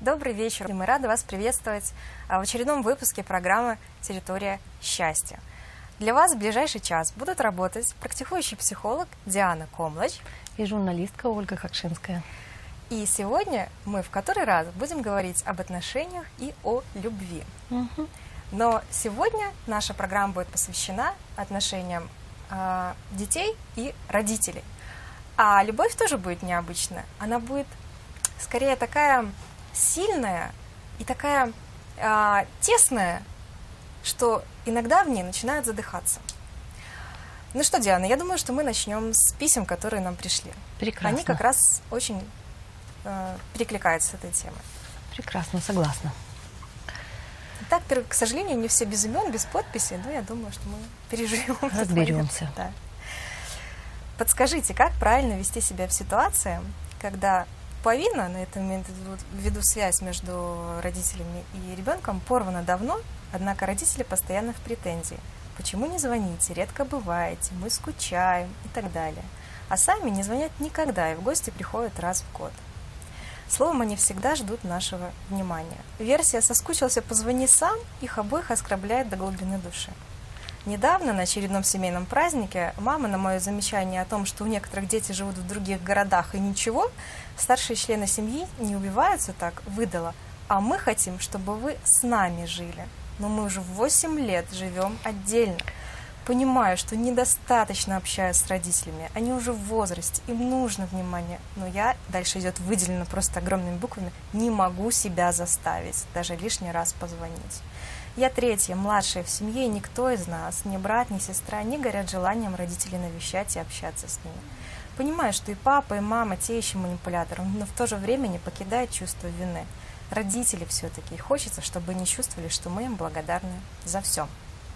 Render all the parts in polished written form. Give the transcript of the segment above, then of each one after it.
Добрый вечер. Мы рады вас приветствовать в очередном выпуске программы «Территория счастья». Для вас в ближайший час будут работать практикующий психолог Диана Комлач и журналистка Ольга Хакшинская. И сегодня мы в который раз будем говорить об отношениях и о любви. Но сегодня наша программа будет посвящена отношениям детей и родителей. А любовь тоже будет необычная. Она будет скорее такая сильная и такая тесная, что иногда в ней начинают задыхаться. Ну что, Диана, я думаю, что мы начнем с писем, которые нам пришли. Прекрасно. Они как раз очень перекликаются с этой темой. Прекрасно, согласна. Так, к сожалению, не все без имен, без подписи, но я думаю, что мы переживем. Разберемся. Да. Подскажите, как правильно вести себя в ситуации, когда половина, на этом имеет в виду связь между родителями и ребенком, порвана давно, однако родители постоянно в претензии. Почему не звоните, редко бываете, мы скучаем и так далее. А сами не звонят никогда и в гости приходят раз в год. Словом, они всегда ждут нашего внимания. Версия «соскучился, позвони сам» их обоих оскорбляет до глубины души. Недавно на очередном семейном празднике мама на мое замечание о том, что у некоторых дети живут в других городах и ничего, старшие члены семьи не убиваются так, выдала: «А мы хотим, чтобы вы с нами жили. Но мы уже 8 лет живем отдельно. Понимаю, что недостаточно общаюсь с родителями, они уже в возрасте, им нужно внимание, но я, дальше идет выделено просто огромными буквами, не могу себя заставить, даже лишний раз позвонить. Я третья, младшая в семье, и никто из нас, ни брат, ни сестра, не горят желанием родителей навещать и общаться с ними. Понимаю, что и папа, и мама те еще манипуляторы, но в то же время не покидает чувство вины. Родители все-таки, хочется, чтобы они чувствовали, что мы им благодарны за все».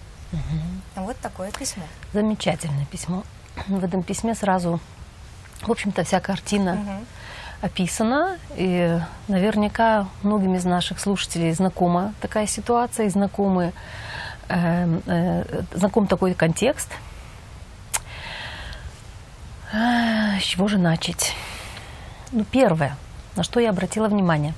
Вот такое письмо. Замечательное письмо. В этом письме сразу, в общем-то, вся картина описана. И наверняка многим из наших слушателей знакома такая ситуация, и знаком такой контекст. С чего же начать? Ну, первое, на что я обратила внимание.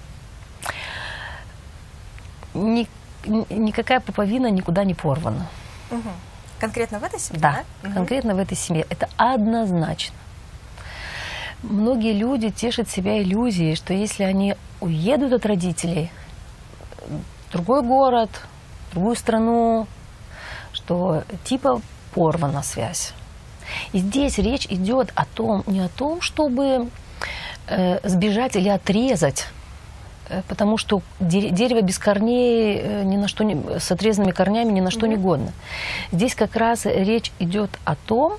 Никакая пуповина никуда не порвана. Конкретно в этой семье? Да, конкретно в этой семье. Это однозначно. Многие люди тешат себя иллюзией, что если они уедут от родителей в другой город, в другую страну, что типа порвана связь. И здесь речь идет о том, не о том, чтобы сбежать или отрезать, потому что дерево без корней, ни на что не, с отрезанными корнями ни на что не годно. Здесь как раз речь идет о том,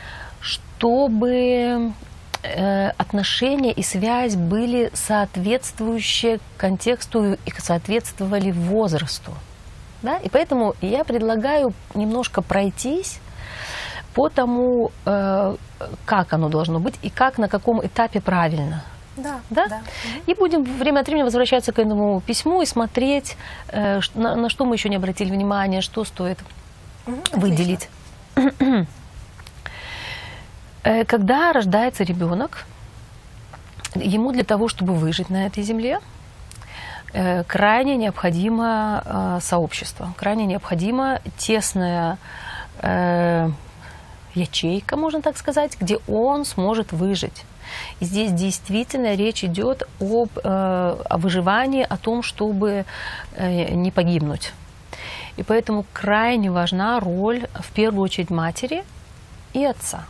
чтобы отношения и связь были соответствующие контексту и соответствовали возрасту. Да? И поэтому я предлагаю немножко пройтись по тому, как оно должно быть и как, на каком этапе правильно. Да, да? Да. И будем время от времени возвращаться к этому письму и смотреть, на что мы еще не обратили внимания, что стоит выделить. Когда рождается ребенок, ему для того, чтобы выжить на этой земле, крайне необходимо сообщество, крайне необходима тесная ячейка, можно так сказать, где он сможет выжить. И здесь действительно речь идет о выживании, о том, чтобы не погибнуть. И поэтому крайне важна роль, в первую очередь, матери и отца.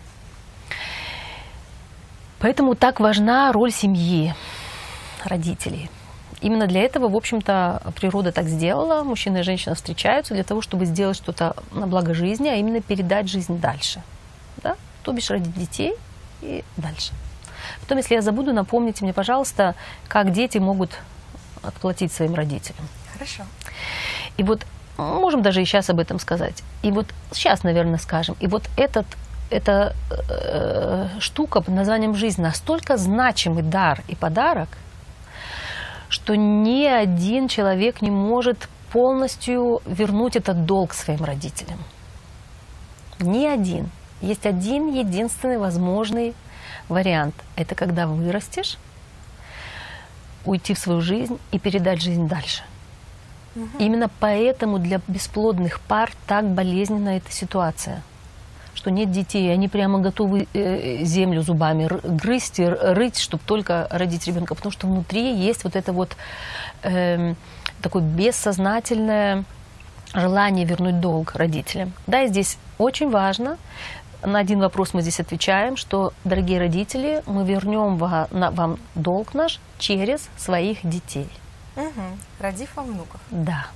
Поэтому так важна роль семьи, родителей. Именно для этого, в общем-то, природа так сделала. Мужчина и женщина встречаются для того, чтобы сделать что-то на благо жизни, а именно передать жизнь дальше. Да? То бишь родить детей и дальше. Потом, если я забуду, напомните мне, пожалуйста, как дети могут отплатить своим родителям. Хорошо. И вот можем даже и сейчас об этом сказать. И вот сейчас, наверное, скажем. И вот эта штука под названием «жизнь» настолько значимый дар и подарок, что ни один человек не может полностью вернуть этот долг своим родителям. Ни один. Есть один единственный возможный вариант. Это когда вырастешь, уйти в свою жизнь и передать жизнь дальше. Именно поэтому для бесплодных пар так болезненна эта ситуация, что нет детей, они прямо готовы землю зубами грызть и рыть, чтобы только родить ребенка, потому что внутри есть вот это вот такое бессознательное желание вернуть долг родителям. Да, и здесь очень важно, на один вопрос мы здесь отвечаем, что, дорогие родители, мы вернем вам долг наш через своих детей. Родив вам внуков. Да.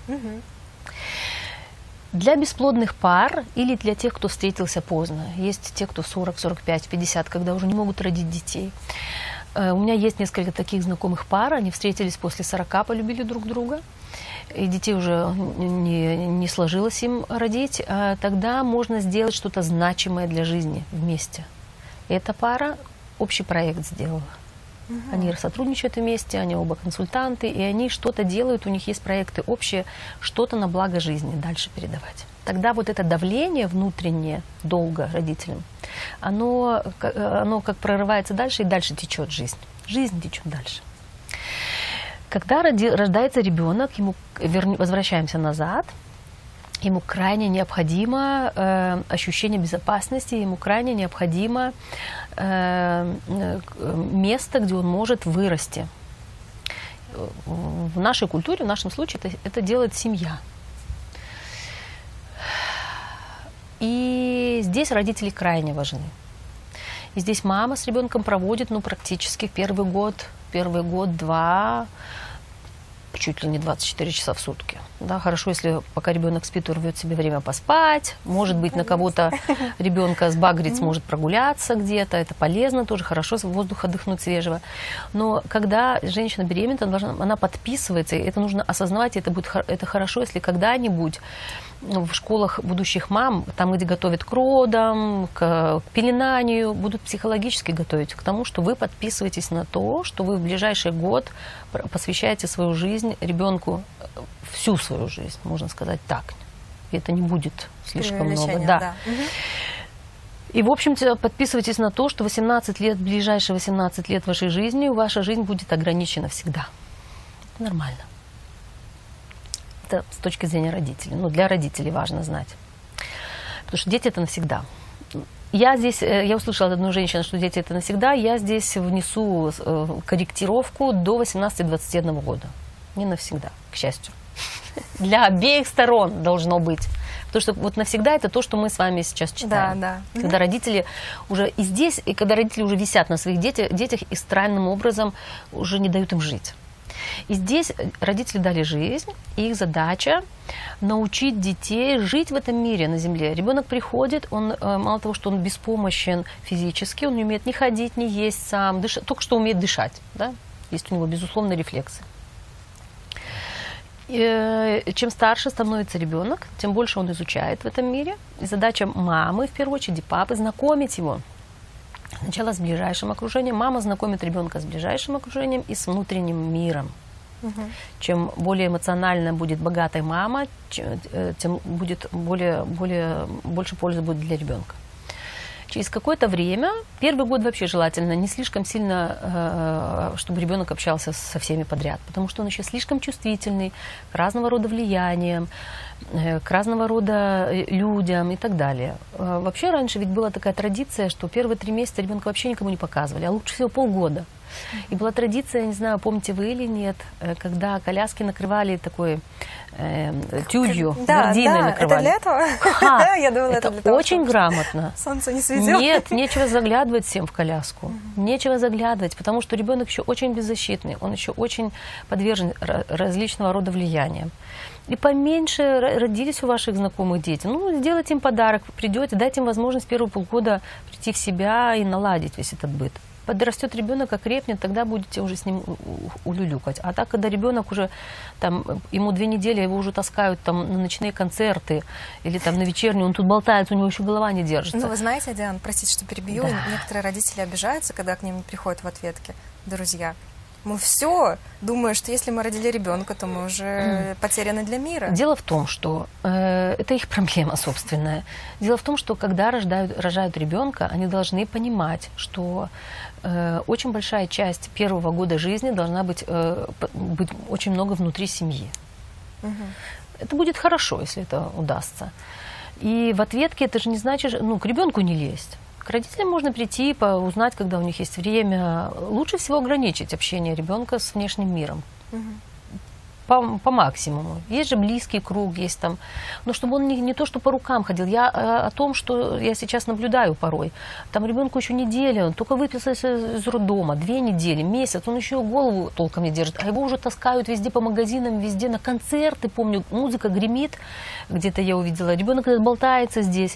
Для бесплодных пар или для тех, кто встретился поздно, есть те, кто в 40, 45, 50, когда уже не могут родить детей. У меня есть несколько таких знакомых пар, они встретились после 40, полюбили друг друга, и детей уже не сложилось им родить. Тогда можно сделать что-то значимое для жизни вместе. Эта пара общий проект сделала. Они сотрудничают вместе, они оба консультанты, и они что-то делают, у них есть проекты общие, что-то на благо жизни дальше передавать. Тогда вот это давление внутреннее долга родителям, оно как прорывается дальше, и дальше течет жизнь. Жизнь течет дальше. Когда рождается ребенок, возвращаемся назад, ему крайне необходимо ощущение безопасности, ему крайне необходимо место, где он может вырасти. В нашей культуре, в нашем случае, это делает семья. И здесь родители крайне важны. И здесь мама с ребенком проводит, практически первый год-два, чуть ли не 24 часа в сутки. Да, хорошо, если пока ребенок спит, рвет себе время поспать. Может быть, на кого-то ребенка сбагрить, сможет прогуляться где-то. Это полезно тоже, хорошо воздуха дыхнуть свежего. Но когда женщина беременна, она подписывается, и это нужно осознавать, и это хорошо, если когда-нибудь в школах будущих мам, там, где готовят к родам, к пеленанию, будут психологически готовить к тому, что вы подписываетесь на то, что вы в ближайший год посвящаете свою жизнь ребенку, всю свою жизнь, можно сказать так. И это не будет слишком много. Да. И, в общем-то, подписывайтесь на то, что 18 лет, ближайшие 18 лет вашей жизни, ваша жизнь будет ограничена всегда. Это нормально. Это с точки зрения родителей. Для родителей важно знать. Потому что дети – это навсегда. Я услышала от одной женщины, что дети – это навсегда. Я здесь внесу корректировку до 18-21 года. Не навсегда, к счастью. Для обеих сторон должно быть. Потому что вот навсегда – это то, что мы с вами сейчас читаем. Да. Когда родители уже и здесь, и когда родители уже висят на своих детях и странным образом уже не дают им жить. И здесь родители дали жизнь, и их задача научить детей жить в этом мире, на земле. Ребенок приходит, он мало того, что он беспомощен физически, он не умеет ни ходить, ни есть сам, только что умеет дышать. Да? Есть у него безусловные рефлексы. И чем старше становится ребенок, тем больше он изучает в этом мире. И задача мамы, в первую очередь, и папы, знакомить его. Сначала с ближайшим окружением. Мама знакомит ребенка с ближайшим окружением и с внутренним миром. Чем более эмоционально будет богатой мама, тем будет больше пользы будет для ребенка. Через какое-то время, первый год вообще желательно не слишком сильно, чтобы ребенок общался со всеми подряд, потому что он еще слишком чувствительный к разного рода влияниям, к разного рода людям и так далее. Вообще раньше ведь была такая традиция, что первые 3 месяца ребенка вообще никому не показывали, а лучше всего полгода. И была традиция, не знаю, помните вы или нет, когда коляски накрывали такой тюдью, гординой накрывали. Это для этого? Я думала, это для того, очень грамотно. Солнце не светило. Нет, нечего заглядывать всем в коляску. Нечего заглядывать, потому что ребенок еще очень беззащитный, он еще очень подвержен различного рода влияниям. И поменьше родились у ваших знакомых дети. Сделайте им подарок, придете, дайте им возможность первые полгода прийти в себя и наладить весь этот быт. Подрастет ребенок, окрепнет, тогда будете уже с ним улюлюкать. А так, когда ребенок уже, ему 2 недели, его уже таскают на ночные концерты или на вечернюю, он тут болтается, у него еще голова не держится. Вы знаете, Диана, простите, что перебью, некоторые родители обижаются, когда к ним приходят в ответке друзья. Мы все думаем, что если мы родили ребенка, то мы уже потеряны для мира. Дело в том, что это их проблема собственная. Дело в том, что когда рожают ребенка, они должны понимать, что очень большая часть первого года жизни должна быть очень много внутри семьи. Это будет хорошо, если это удастся. И в ответке это же не значит, к ребенку не лезть. К родителям можно прийти, узнать, когда у них есть время. Лучше всего ограничить общение ребенка с внешним миром. По максимуму. Есть же близкий круг, есть там... Но чтобы он не то, что по рукам ходил. Я о том, что я сейчас наблюдаю порой. Там ребенку еще неделя, он только выписался из роддома, 2 недели, месяц, он еще голову толком не держит. А его уже таскают везде по магазинам, везде на концерты. Помню, музыка гремит, где-то я увидела. Ребенок болтается здесь.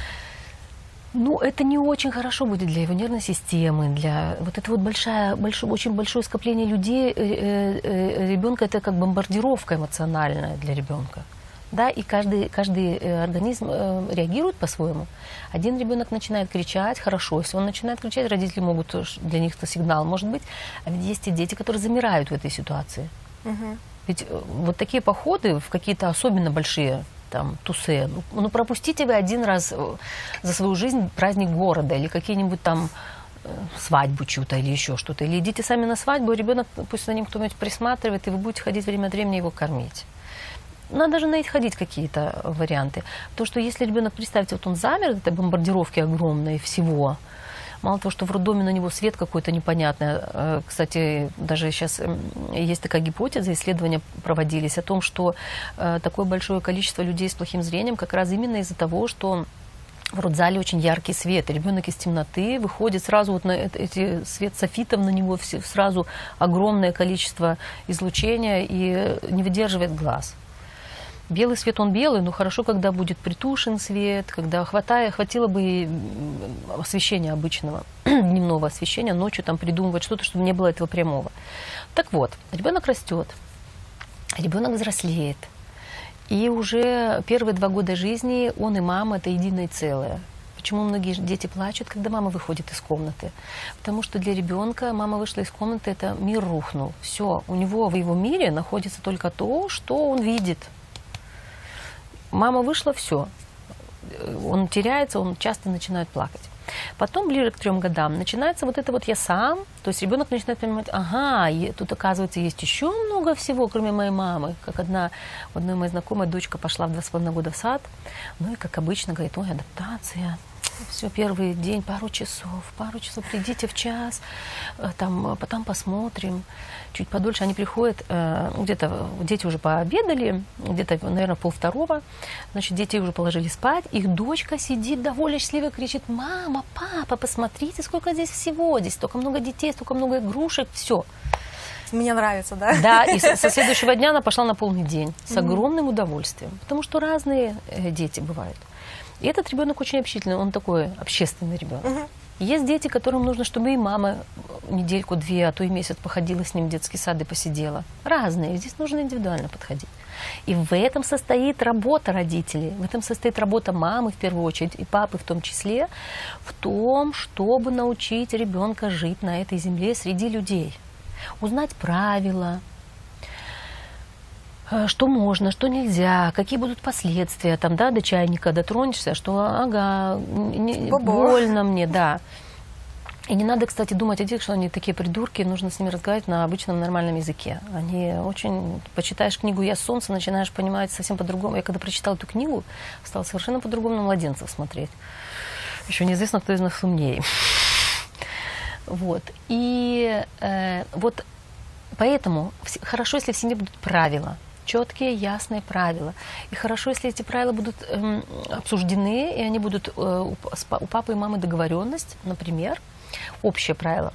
Это не очень хорошо будет для его нервной системы, для вот это вот очень большое скопление людей ребенка, это как бомбардировка эмоциональная для ребенка. Да, и каждый организм реагирует по-своему. Один ребенок начинает кричать, хорошо, если он начинает кричать, родители могут, для них это сигнал может быть, а ведь есть и дети, которые замирают в этой ситуации. Ведь вот такие походы в какие-то особенно большие тусе. Пропустите вы один раз за свою жизнь праздник города или какие-нибудь там свадьбу чью-то или еще что-то. Или идите сами на свадьбу, ребенок, пусть за ним кто-нибудь присматривает, и вы будете ходить время от времени его кормить. Надо же находить какие-то варианты. Потому что если ребенок, представьте, он замер, это бомбардировки огромные всего. Мало того, что в роддоме на него свет какой-то непонятный. Кстати, даже сейчас есть такая гипотеза, исследования проводились о том, что такое большое количество людей с плохим зрением как раз именно из-за того, что в родзале очень яркий свет. И ребенок из темноты выходит сразу на эти свет софитов на него, сразу огромное количество излучения и не выдерживает глаз. Белый свет, он белый, но хорошо, когда будет притушен свет, когда хватило бы и освещения обычного, дневного освещения, ночью придумывать что-то, чтобы не было этого прямого. Так вот, ребенок растет, ребенок взрослеет, и уже первые 2 года жизни он и мама – это единое целое. Почему многие дети плачут, когда мама выходит из комнаты? Потому что для ребенка мама вышла из комнаты, это мир рухнул. Все, у него в его мире находится только то, что он видит. Мама вышла, все. Он теряется, он часто начинает плакать. Потом, ближе к 3 годам, начинается вот это вот «я сам». То есть ребенок начинает понимать, тут, оказывается, есть еще много всего, кроме моей мамы. Как у одной моей знакомой дочка пошла в 2,5 года в сад. И, как обычно, говорит, адаптация. Все, первый день, пару часов, придите в час, потом посмотрим. Чуть подольше они приходят, где-то дети уже пообедали, где-то, наверное, 1:30, значит, детей уже положили спать, их дочка сидит довольно счастливо, кричит: «Мама, папа, посмотрите, сколько здесь всего, здесь столько много детей, столько много игрушек, все». Мне нравится, да? Да, и со следующего дня она пошла на полный день с огромным удовольствием, потому что разные дети бывают. И этот ребенок очень общительный, он такой общественный ребенок. Есть дети, которым нужно, чтобы и мама недельку, 2, а то и месяц походила с ним в детский сад и посидела. Разные, здесь нужно индивидуально подходить. И в этом состоит работа родителей, в этом состоит работа мамы в первую очередь, и папы в том числе, в том, чтобы научить ребенка жить на этой земле среди людей. Узнать правила, что можно, что нельзя, какие будут последствия, до чайника дотронешься, что больно мне, да. И не надо, кстати, думать о детях, что они такие придурки, нужно с ними разговаривать на обычном нормальном языке. Они очень... Почитаешь книгу «Я солнце», начинаешь понимать совсем по-другому. Я когда прочитала эту книгу, стала совершенно по-другому на младенцев смотреть. Еще неизвестно, кто из нас умнее. Вот. И вот поэтому хорошо, если в семье будут правила. Четкие, ясные правила. И хорошо, если эти правила будут обсуждены, и они будут у папы и мамы договоренность, например, общее правило,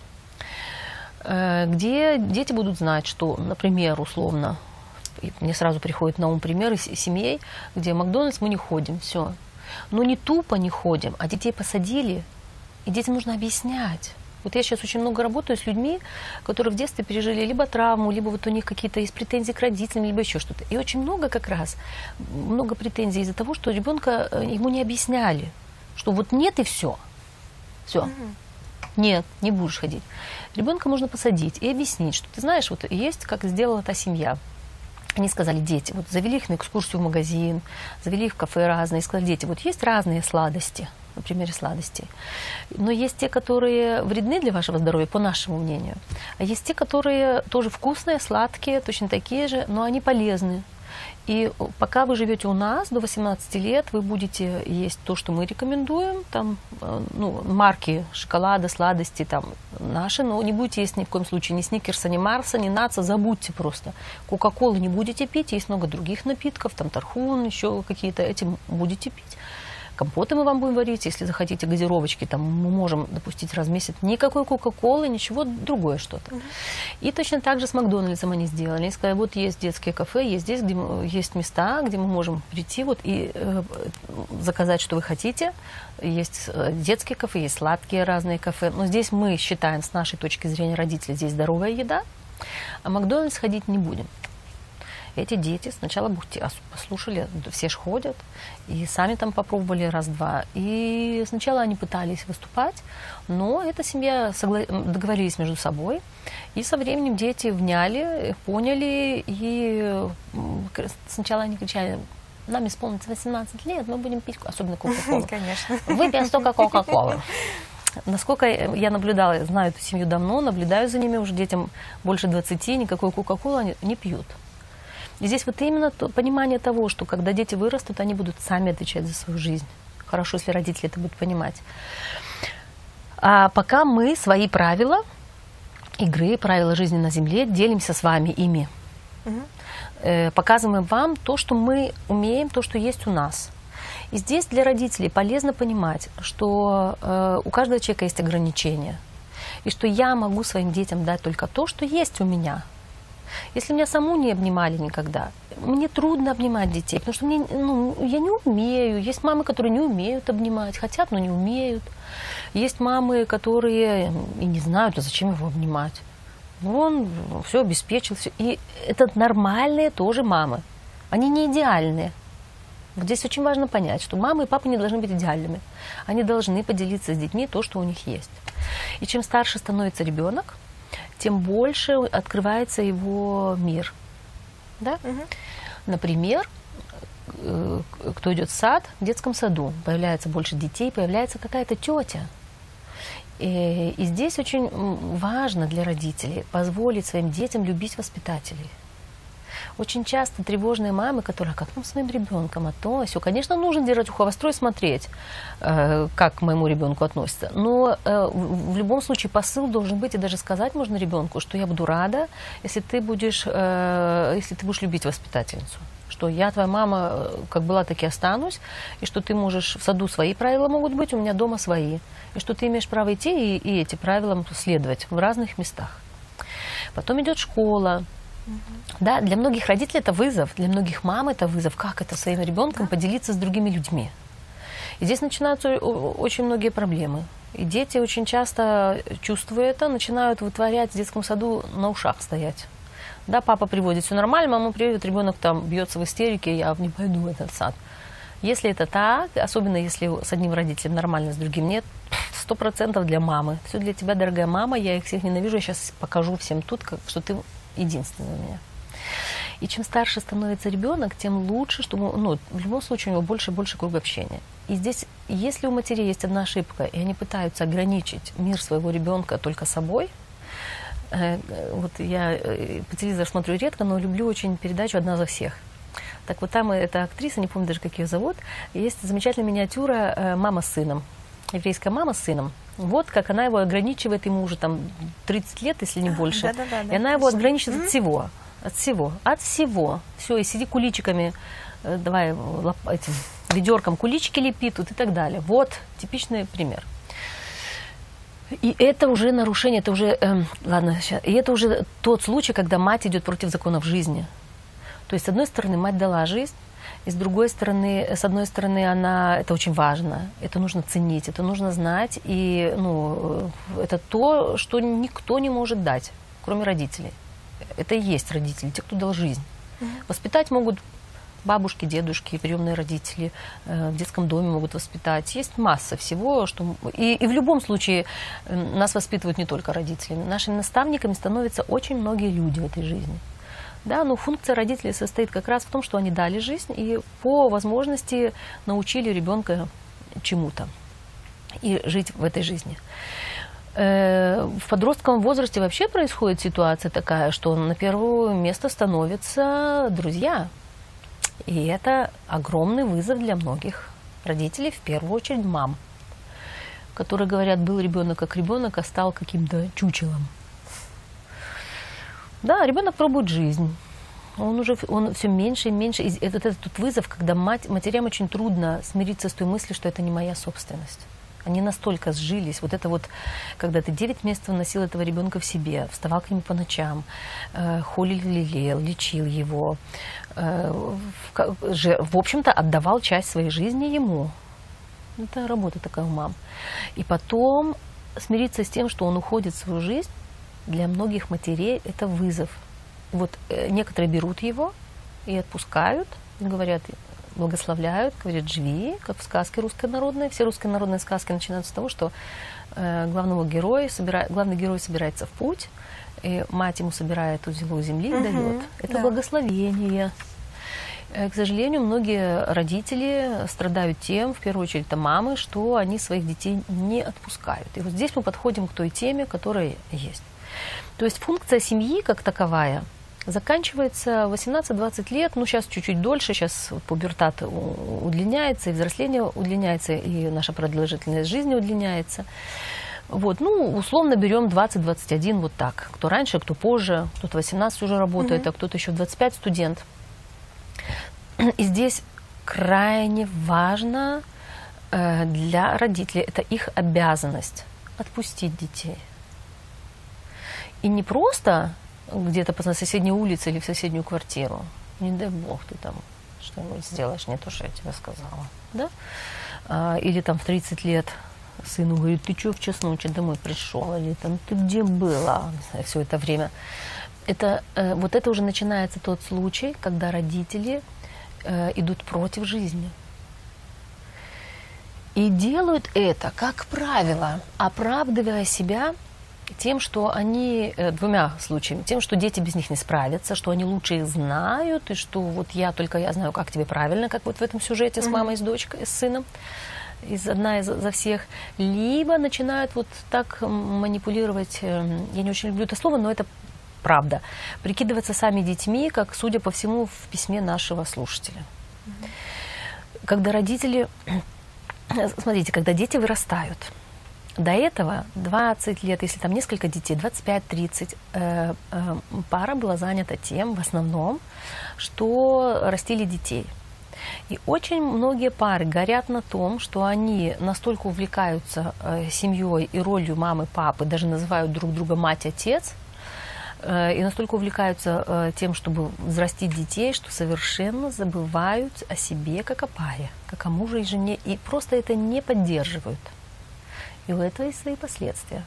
где дети будут знать, что, например, условно, мне сразу приходит на ум пример из семей, где в Макдональдс мы не ходим, все. Но не тупо не ходим, а детей посадили, и детям нужно объяснять. Вот я сейчас очень много работаю с людьми, которые в детстве пережили либо травму, либо вот у них какие-то есть претензии к родителям, либо еще что-то. И очень много много претензий из-за того, что ребенка ему не объясняли, что вот нет и все. Все. Нет, не будешь ходить. Ребенка можно посадить и объяснить, что ты знаешь, вот есть, как сделала та семья. Они сказали, дети, вот завели их на экскурсию в магазин, завели их в кафе разные, и сказали, дети, вот есть разные сладости, на примере сладостей, но есть те, которые вредны для вашего здоровья, по нашему мнению, а есть те, которые тоже вкусные, сладкие, точно такие же, но они полезны. И пока вы живете у нас до 18 лет, вы будете есть то, что мы рекомендуем, там, ну, марки шоколада, сладости там наши, но не будете есть ни в коем случае ни сникерса, ни марса, ни наца, забудьте просто. Кока-колы не будете пить, есть много других напитков, там тархун, еще какие-то, этим будете пить. Компоты мы вам будем варить, если захотите газировочки, там мы можем допустить раз в месяц. Никакой кока-колы, ничего, другое что-то. И точно так же с Макдональдсом они сделали. Они сказали, вот есть детские кафе, есть здесь, где есть места, где мы можем прийти вот, и заказать, что вы хотите. Есть детские кафе, есть сладкие разные кафе. Но здесь мы считаем, с нашей точки зрения родителей, здесь здоровая еда, а в Макдональдс ходить не будем. Эти дети сначала послушали, все ж ходят, и сами там попробовали раз-два. И сначала они пытались выступать, но эта семья договорились между собой. И со временем дети вняли, поняли, и сначала они кричали, нам исполнится 18 лет, мы будем пить, особенно кока-колу. Конечно. Выпьем столько кока-колы. Насколько я наблюдала, знаю эту семью давно, наблюдаю за ними, уже детям больше 20, никакой кока-колы они не пьют. И здесь вот именно то понимание того, что когда дети вырастут, они будут сами отвечать за свою жизнь. Хорошо, если родители это будут понимать. А пока мы свои правила игры, правила жизни на земле делимся с вами ими. Показываем вам то, что мы умеем, то, что есть у нас. И здесь для родителей полезно понимать, что у каждого человека есть ограничения. И что я могу своим детям дать только то, что есть у меня. Если меня саму не обнимали никогда, мне трудно обнимать детей, потому что я не умею. Есть мамы, которые не умеют обнимать, хотят, но не умеют. Есть мамы, которые и не знают, а зачем его обнимать. Он все обеспечил. Все. И это нормальные тоже мамы. Они не идеальные. Вот здесь очень важно понять, что мамы и папы не должны быть идеальными. Они должны поделиться с детьми то, что у них есть. И чем старше становится ребенок, тем больше открывается его мир. Да? Например, кто идет в сад, в детском саду появляется больше детей, появляется какая-то тетя. И здесь очень важно для родителей позволить своим детям любить воспитателей. Очень часто тревожные мамы, которые, как нам с моим ребенком, а то, все, конечно, нужно держать ухо востро и смотреть, как к моему ребенку относятся. Но в любом случае посыл должен быть, и даже сказать можно ребенку, что я буду рада, если ты будешь любить воспитательницу. Что я твоя мама, как была, так и останусь, и что ты можешь, в саду свои правила могут быть, у меня дома свои. И что ты имеешь право идти и эти правила следовать в разных местах. Потом идет школа. Да, для многих родителей это вызов, для многих мам это вызов, как это своим ребенком поделиться с другими людьми. И здесь начинаются очень многие проблемы. И дети очень часто, чувствуя это, начинают вытворять в детском саду, на ушах стоять. Да, папа приводит, все нормально, мама приводит, ребенок там бьется в истерике, я не пойду в этот сад. Если это так, особенно если с одним родителем нормально, с другим нет, 100% для мамы. Все для тебя, дорогая мама, я их всех ненавижу, я сейчас покажу всем тут, что ты единственный у меня. И чем старше становится ребенок, тем лучше, чтобы, в любом случае у него больше и больше круг общения. И здесь, если у матерей есть одна ошибка, и они пытаются ограничить мир своего ребенка только собой, вот я по телевизору смотрю редко, но люблю очень передачу «Одна за всех». Так вот там эта актриса, не помню даже, как ее зовут, есть замечательная миниатюра «Мама с сыном». Еврейская мама с сыном. Вот как она его ограничивает, ему уже там 30 лет, если не больше. И она его ограничивает от всего. От всего. От всего. Все, и сиди куличиками, давай этим ведерком куличики лепи тут и так далее. Вот типичный пример. И это уже нарушение, это уже, и это уже тот случай, когда мать идет против законов жизни. То есть, с одной стороны, мать дала жизнь, и с одной стороны, это очень важно, это нужно ценить, это нужно знать, и это то, что никто не может дать, кроме родителей. Это и есть родители, те, кто дал жизнь. Воспитать могут Бабушки, дедушки, приемные родители в детском доме могут воспитать. Есть масса всего, что... И в любом случае нас воспитывают не только родители. Нашими наставниками становятся очень многие люди в этой жизни. Да, но функция родителей состоит как раз в том, что они дали жизнь и по возможности научили ребенка чему-то и жить в этой жизни. В подростковом возрасте вообще происходит ситуация такая, что на первое место становятся друзья. И это огромный вызов для многих родителей, в первую очередь мам, которые говорят, был ребенок как ребенок, а стал каким-то чучелом. Да, ребенок пробует жизнь. Он все меньше и меньше. И этот вызов, когда матерям очень трудно смириться с той мыслью, что это не моя собственность. Они настолько сжились. Вот это вот, когда ты 9 месяцев носил этого ребенка в себе, вставал к нему по ночам, холил, лечил его, в общем-то, отдавал часть своей жизни ему. Это работа такая у мам. И потом смириться с тем, что он уходит в свою жизнь, для многих матерей это вызов. Вот некоторые берут его и отпускают, и говорят, благословляют, говорят, живи, как в сказке русской народной. Все русские народные сказки начинаются с того, что главный герой собирается в путь, и мать ему собирает узелок земли и дает. Это благословение. К сожалению, многие родители страдают тем, в первую очередь это мамы, что они своих детей не отпускают. И вот здесь мы подходим к той теме, которая есть. То есть функция семьи как таковая заканчивается 18-20 лет, ну сейчас чуть-чуть дольше, сейчас пубертат удлиняется, и взросление удлиняется, и наша продолжительность жизни удлиняется. Вот, ну, условно берем 20-21, вот так. Кто раньше, кто позже, кто-то 18 уже работает, а кто-то еще в 25 студент. И здесь крайне важно для родителей, это их обязанность отпустить детей. И не просто где-то на соседней улице или в соседнюю квартиру. Не дай бог, ты там что-нибудь сделаешь, не то, что я тебе сказала. Да? Или там в 30 лет сыну говорит, ты что в час ночи домой пришел? Или там, ты где была все это время? Вот это уже начинается тот случай, когда родители идут против жизни. И делают это, как правило, оправдывая себя тем, что они, двумя случаями, тем, что дети без них не справятся, что они лучше их знают, и что вот только я знаю, как тебе правильно, как вот в этом сюжете с мамой, с дочкой, с сыном, одна за всех. Либо начинают вот так манипулировать, я не очень люблю это слово, но это правда, прикидываться сами детьми, как, судя по всему, в письме нашего слушателя. Когда родители, смотрите, когда дети вырастают, до этого 20 лет, если там несколько детей, 25-30, пара была занята тем, в основном, что растили детей. И очень многие пары горят на том, что они настолько увлекаются семьей и ролью мамы, папы, даже называют друг друга мать, отец, и настолько увлекаются тем, чтобы взрастить детей, что совершенно забывают о себе как о паре, как о муже и жене, и просто это не поддерживают. И у этого есть свои последствия.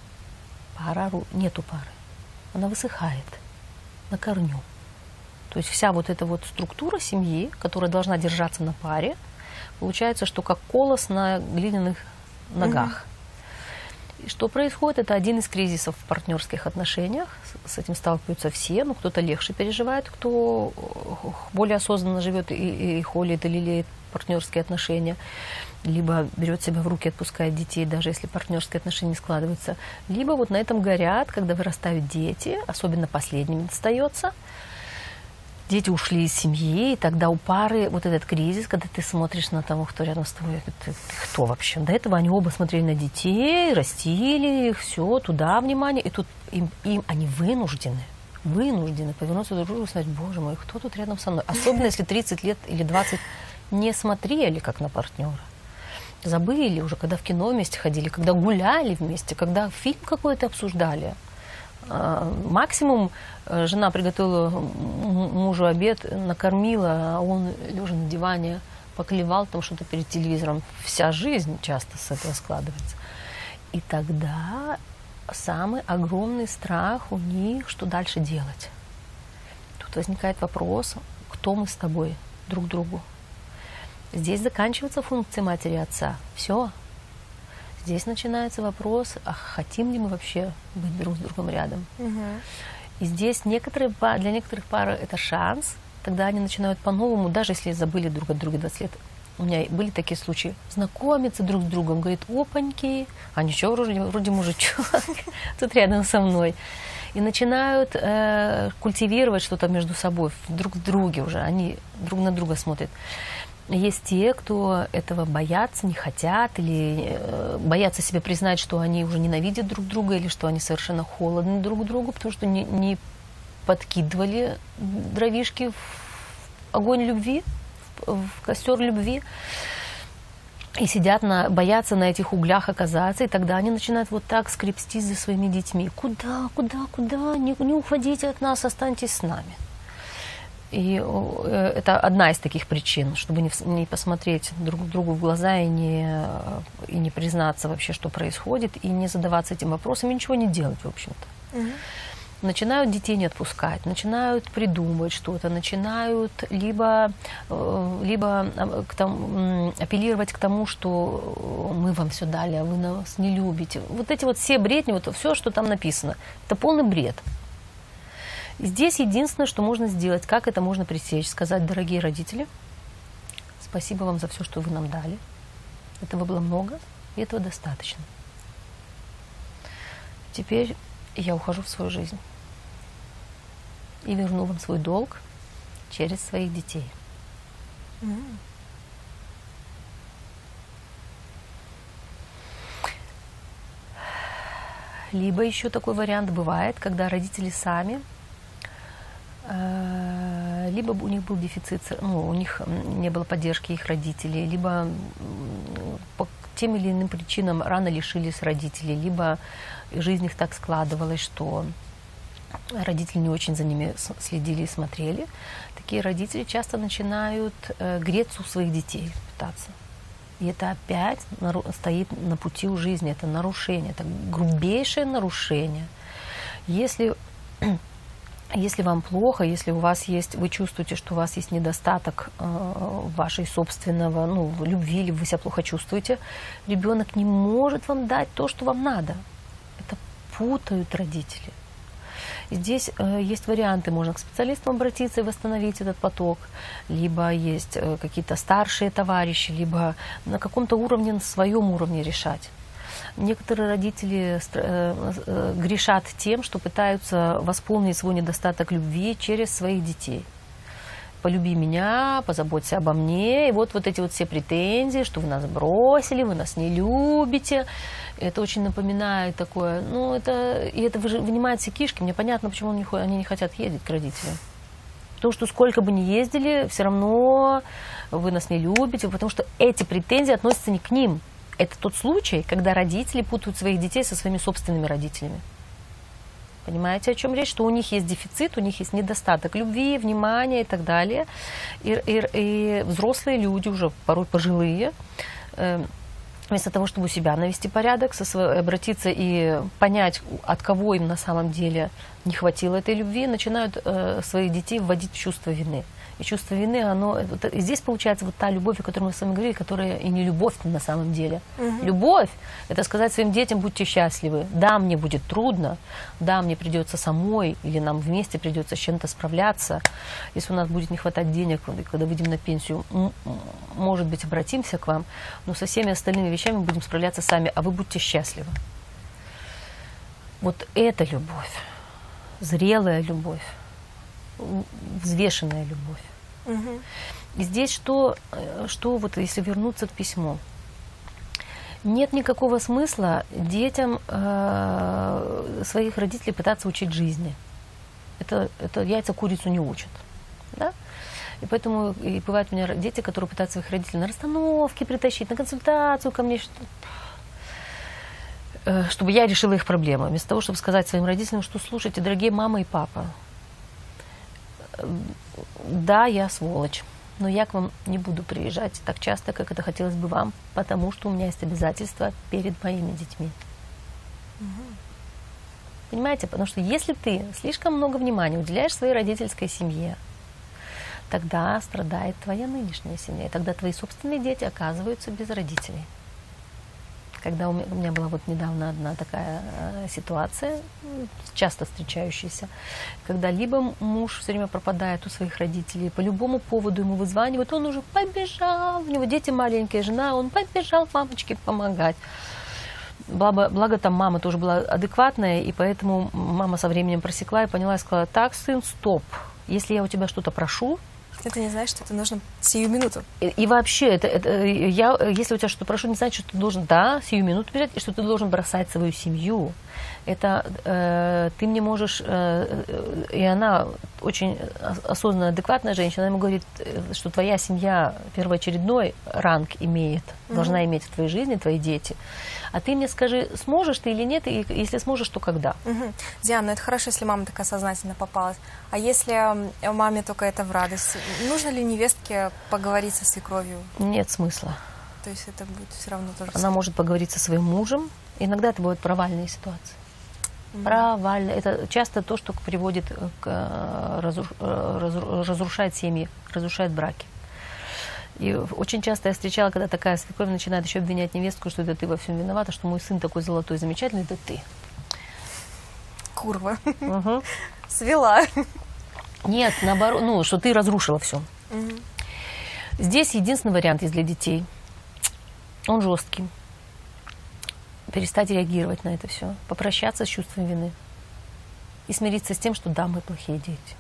Нету пары. Она высыхает на корню. То есть вся вот эта вот структура семьи, которая должна держаться на паре, получается, что как колос на глиняных ногах. И что происходит? Это один из кризисов в партнерских отношениях. С этим сталкиваются все. Ну, кто-то легче переживает, кто более осознанно живет и холит, и лелеет партнерские отношения. Либо берет себя в руки, отпускает детей, даже если партнерские отношения не складываются. Либо вот на этом горят, когда вырастают дети, особенно последними достается. Дети ушли из семьи, и тогда у пары вот этот кризис, когда ты смотришь на того, кто рядом с тобой, ты кто вообще? До этого они оба смотрели на детей, растили их, все, туда внимание, и тут им они вынуждены повернуться друг к другу и сказать, боже мой, кто тут рядом со мной? Особенно если 30 лет или 20 не смотрели как на партнера. Забыли уже, когда в кино вместе ходили, когда гуляли вместе, когда фильм какой-то обсуждали. Максимум жена приготовила мужу обед, накормила, а он, лежа на диване, поклевал там что-то перед телевизором. Вся жизнь часто с этого складывается. И тогда самый огромный страх у них, что дальше делать. Тут возникает вопрос, кто мы с тобой? друг другу. Здесь заканчивается функция матери и отца. Все. Здесь начинается вопрос, а хотим ли мы вообще быть друг с другом рядом. И здесь для некоторых пар это шанс, тогда они начинают по-новому, даже если забыли друг от друга 20 лет. У меня были такие случаи, знакомиться друг с другом, говорит, опаньки, а ничего, вроде мужичок, тут рядом со мной. И начинают культивировать что-то между собой, друг в друге уже, они друг на друга смотрят. Есть те, кто этого боятся, не хотят, или боятся себе признать, что они уже ненавидят друг друга, или что они совершенно холодны друг к другу, потому что не подкидывали дровишки в огонь любви, в костер любви, и сидят, боятся на этих углях оказаться, и тогда они начинают вот так скрепстись за своими детьми. Куда, не уходите от нас, останьтесь с нами. И это одна из таких причин, чтобы не посмотреть друг другу в глаза и не признаться вообще, что происходит, и не задаваться этим вопросом, и ничего не делать, в общем-то. Начинают детей не отпускать, начинают придумывать что-то, начинают либо апеллировать к тому, что мы вам все дали, а вы нас не любите. Вот эти вот все бредни, вот все, что там написано, это полный бред. И здесь единственное, что можно сделать, как это можно пресечь, сказать, дорогие родители, спасибо вам за все, что вы нам дали. Этого было много, и этого достаточно. Теперь я ухожу в свою жизнь и верну вам свой долг через своих детей. Либо еще такой вариант бывает, когда родители сами, либо у них был дефицит, у них не было поддержки их родителей, либо по тем или иным причинам рано лишились родителей, либо жизнь их так складывалась, что родители не очень за ними следили и смотрели. Такие родители часто начинают греться у своих детей, пытаться. И это опять стоит на пути у жизни, это нарушение, это грубейшее нарушение. Если вам плохо, если у вас есть, вы чувствуете, что у вас есть недостаток вашей собственного, любви, или вы себя плохо чувствуете, ребенок не может вам дать то, что вам надо. Это путают родители. И здесь есть варианты, можно к специалистам обратиться и восстановить этот поток, либо есть какие-то старшие товарищи, либо на каком-то уровне, на своем уровне решать. Некоторые родители грешат тем, что пытаются восполнить свой недостаток любви через своих детей. Полюби меня, позаботься обо мне. И вот эти вот все претензии, что вы нас бросили, вы нас не любите. Это очень напоминает такое. Это вынимает все кишки. Мне понятно, почему они не хотят ездить к родителям. Потому что сколько бы ни ездили, все равно вы нас не любите, потому что эти претензии относятся не к ним. Это тот случай, когда родители путают своих детей со своими собственными родителями. Понимаете, о чем речь? Что у них есть дефицит, у них есть недостаток любви, внимания и так далее. И взрослые люди, уже порой пожилые, вместо того, чтобы у себя навести порядок, обратиться и понять, от кого им на самом деле не хватило этой любви, начинают своих детей вводить в чувство вины. И чувство вины, и здесь получается вот та любовь, о которой мы с вами говорили, которая и не любовь на самом деле. Любовь – это сказать своим детям: будьте счастливы. Да, мне будет трудно, да, мне придется самой, или нам вместе придется с чем-то справляться. Если у нас будет не хватать денег, когда выйдем на пенсию, может быть, обратимся к вам, но со всеми остальными вещами будем справляться сами, а вы будьте счастливы. Вот это любовь, зрелая любовь. Взвешенная любовь. И здесь что вот если вернуться к письму, нет никакого смысла детям своих родителей пытаться учить жизни. Это яйца курицу не учат. Да? И поэтому и бывают у меня дети, которые пытаются своих родителей на расстановки притащить, на консультацию ко мне, чтобы я решила их проблемы. Вместо того, чтобы сказать своим родителям, что слушайте, дорогие мама и папа, да, я сволочь, но я к вам не буду приезжать так часто, как это хотелось бы вам, потому что у меня есть обязательства перед моими детьми. Понимаете? Потому что если ты слишком много внимания уделяешь своей родительской семье, тогда страдает твоя нынешняя семья. И тогда твои собственные дети оказываются без родителей. Когда у меня была вот недавно одна такая ситуация, часто встречающаяся, когда либо муж все время пропадает у своих родителей, по любому поводу ему вызванивают, он уже побежал, у него дети маленькие, жена, он побежал мамочке помогать. Благо там мама тоже была адекватная, и поэтому мама со временем просекла и поняла, и сказала: так, сын, стоп, если я у тебя что-то прошу, это не значит, что это нужно сию минуту. И вообще, если у тебя что-то прошу, не значит, что ты должен, да, сию минуту бежать, и что ты должен бросать свою семью. Это ты мне можешь, и она очень осознанно адекватная женщина, она ему говорит, что твоя семья первоочередной ранг имеет, должна иметь в твоей жизни, твои дети. А ты мне скажи, сможешь ты или нет, и если сможешь, то когда? Диана, это хорошо, если мама такая сознательно попалась. А если маме только это в радость, нужно ли невестке поговорить со свекровью? Нет смысла. То есть это будет все равно тоже... Она может поговорить со своим мужем. Иногда это будут провальные ситуации. Провальные. Это часто то, что приводит к разрушает семьи, разрушает браки. И очень часто я встречала, когда такая свекровь начинает еще обвинять невестку, что это ты во всем виновата, что мой сын такой золотой, замечательный, это ты. Курва. Свела. Нет, наоборот, ну, что ты разрушила все. Здесь единственный вариант есть для детей. Он жесткий. Перестать реагировать на это все. Попрощаться с чувством вины. И смириться с тем, что да, мы плохие дети.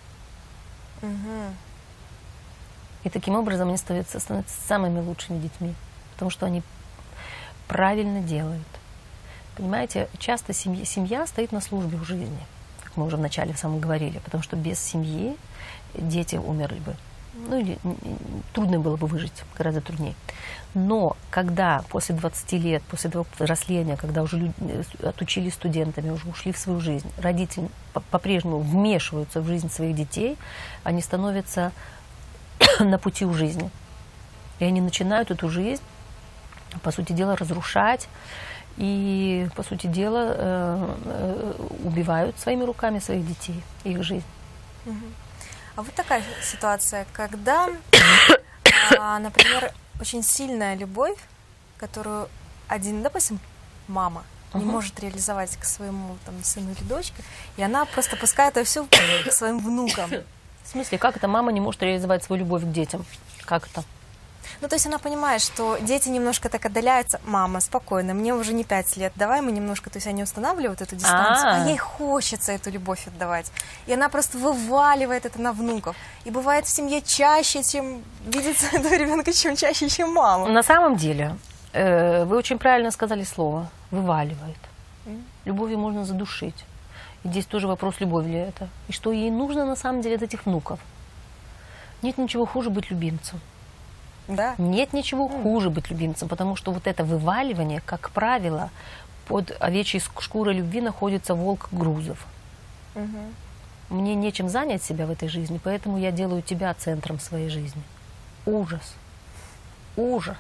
И таким образом они становятся самыми лучшими детьми. Потому что они правильно делают. Понимаете, часто семья стоит на службе в жизни. Как мы уже вначале самом говорили. Потому что без семьи дети умерли бы. Ну, или трудно было бы выжить, гораздо труднее. Но когда после 20 лет, после того взросления, когда уже люди отучились студентами, уже ушли в свою жизнь, родители по-прежнему вмешиваются в жизнь своих детей, они становятся на пути у жизни. И они начинают эту жизнь, по сути дела, разрушать. И, по сути дела, убивают своими руками своих детей, их жизнь. А вот такая ситуация, когда, например, очень сильная любовь, которую допустим, мама не может реализовать к своему сыну или дочке, и она просто пускает это все к своим внукам. В смысле, как это мама не может реализовать свою любовь к детям? Как это? Ну, то есть она понимает, что дети немножко так отдаляются. Мама, спокойно, мне уже не 5 лет, давай мы немножко, то есть они устанавливают эту дистанцию, а ей хочется эту любовь отдавать. И она просто вываливает это на внуков. И бывает в семье чаще, чем видится этого ребенка, чем чаще, чем мама. На самом деле, вы очень правильно сказали слово «вываливает». Любовью можно задушить. И здесь тоже вопрос, любовь ли это. И что ей нужно на самом деле от этих внуков. Нет ничего хуже быть любимцем. Да. Нет ничего хуже быть любимцем, потому что вот это вываливание, как правило, под овечьей шкурой любви находится волк Грузов. Мне нечем занять себя в этой жизни, поэтому я делаю тебя центром своей жизни. Ужас. Ужас.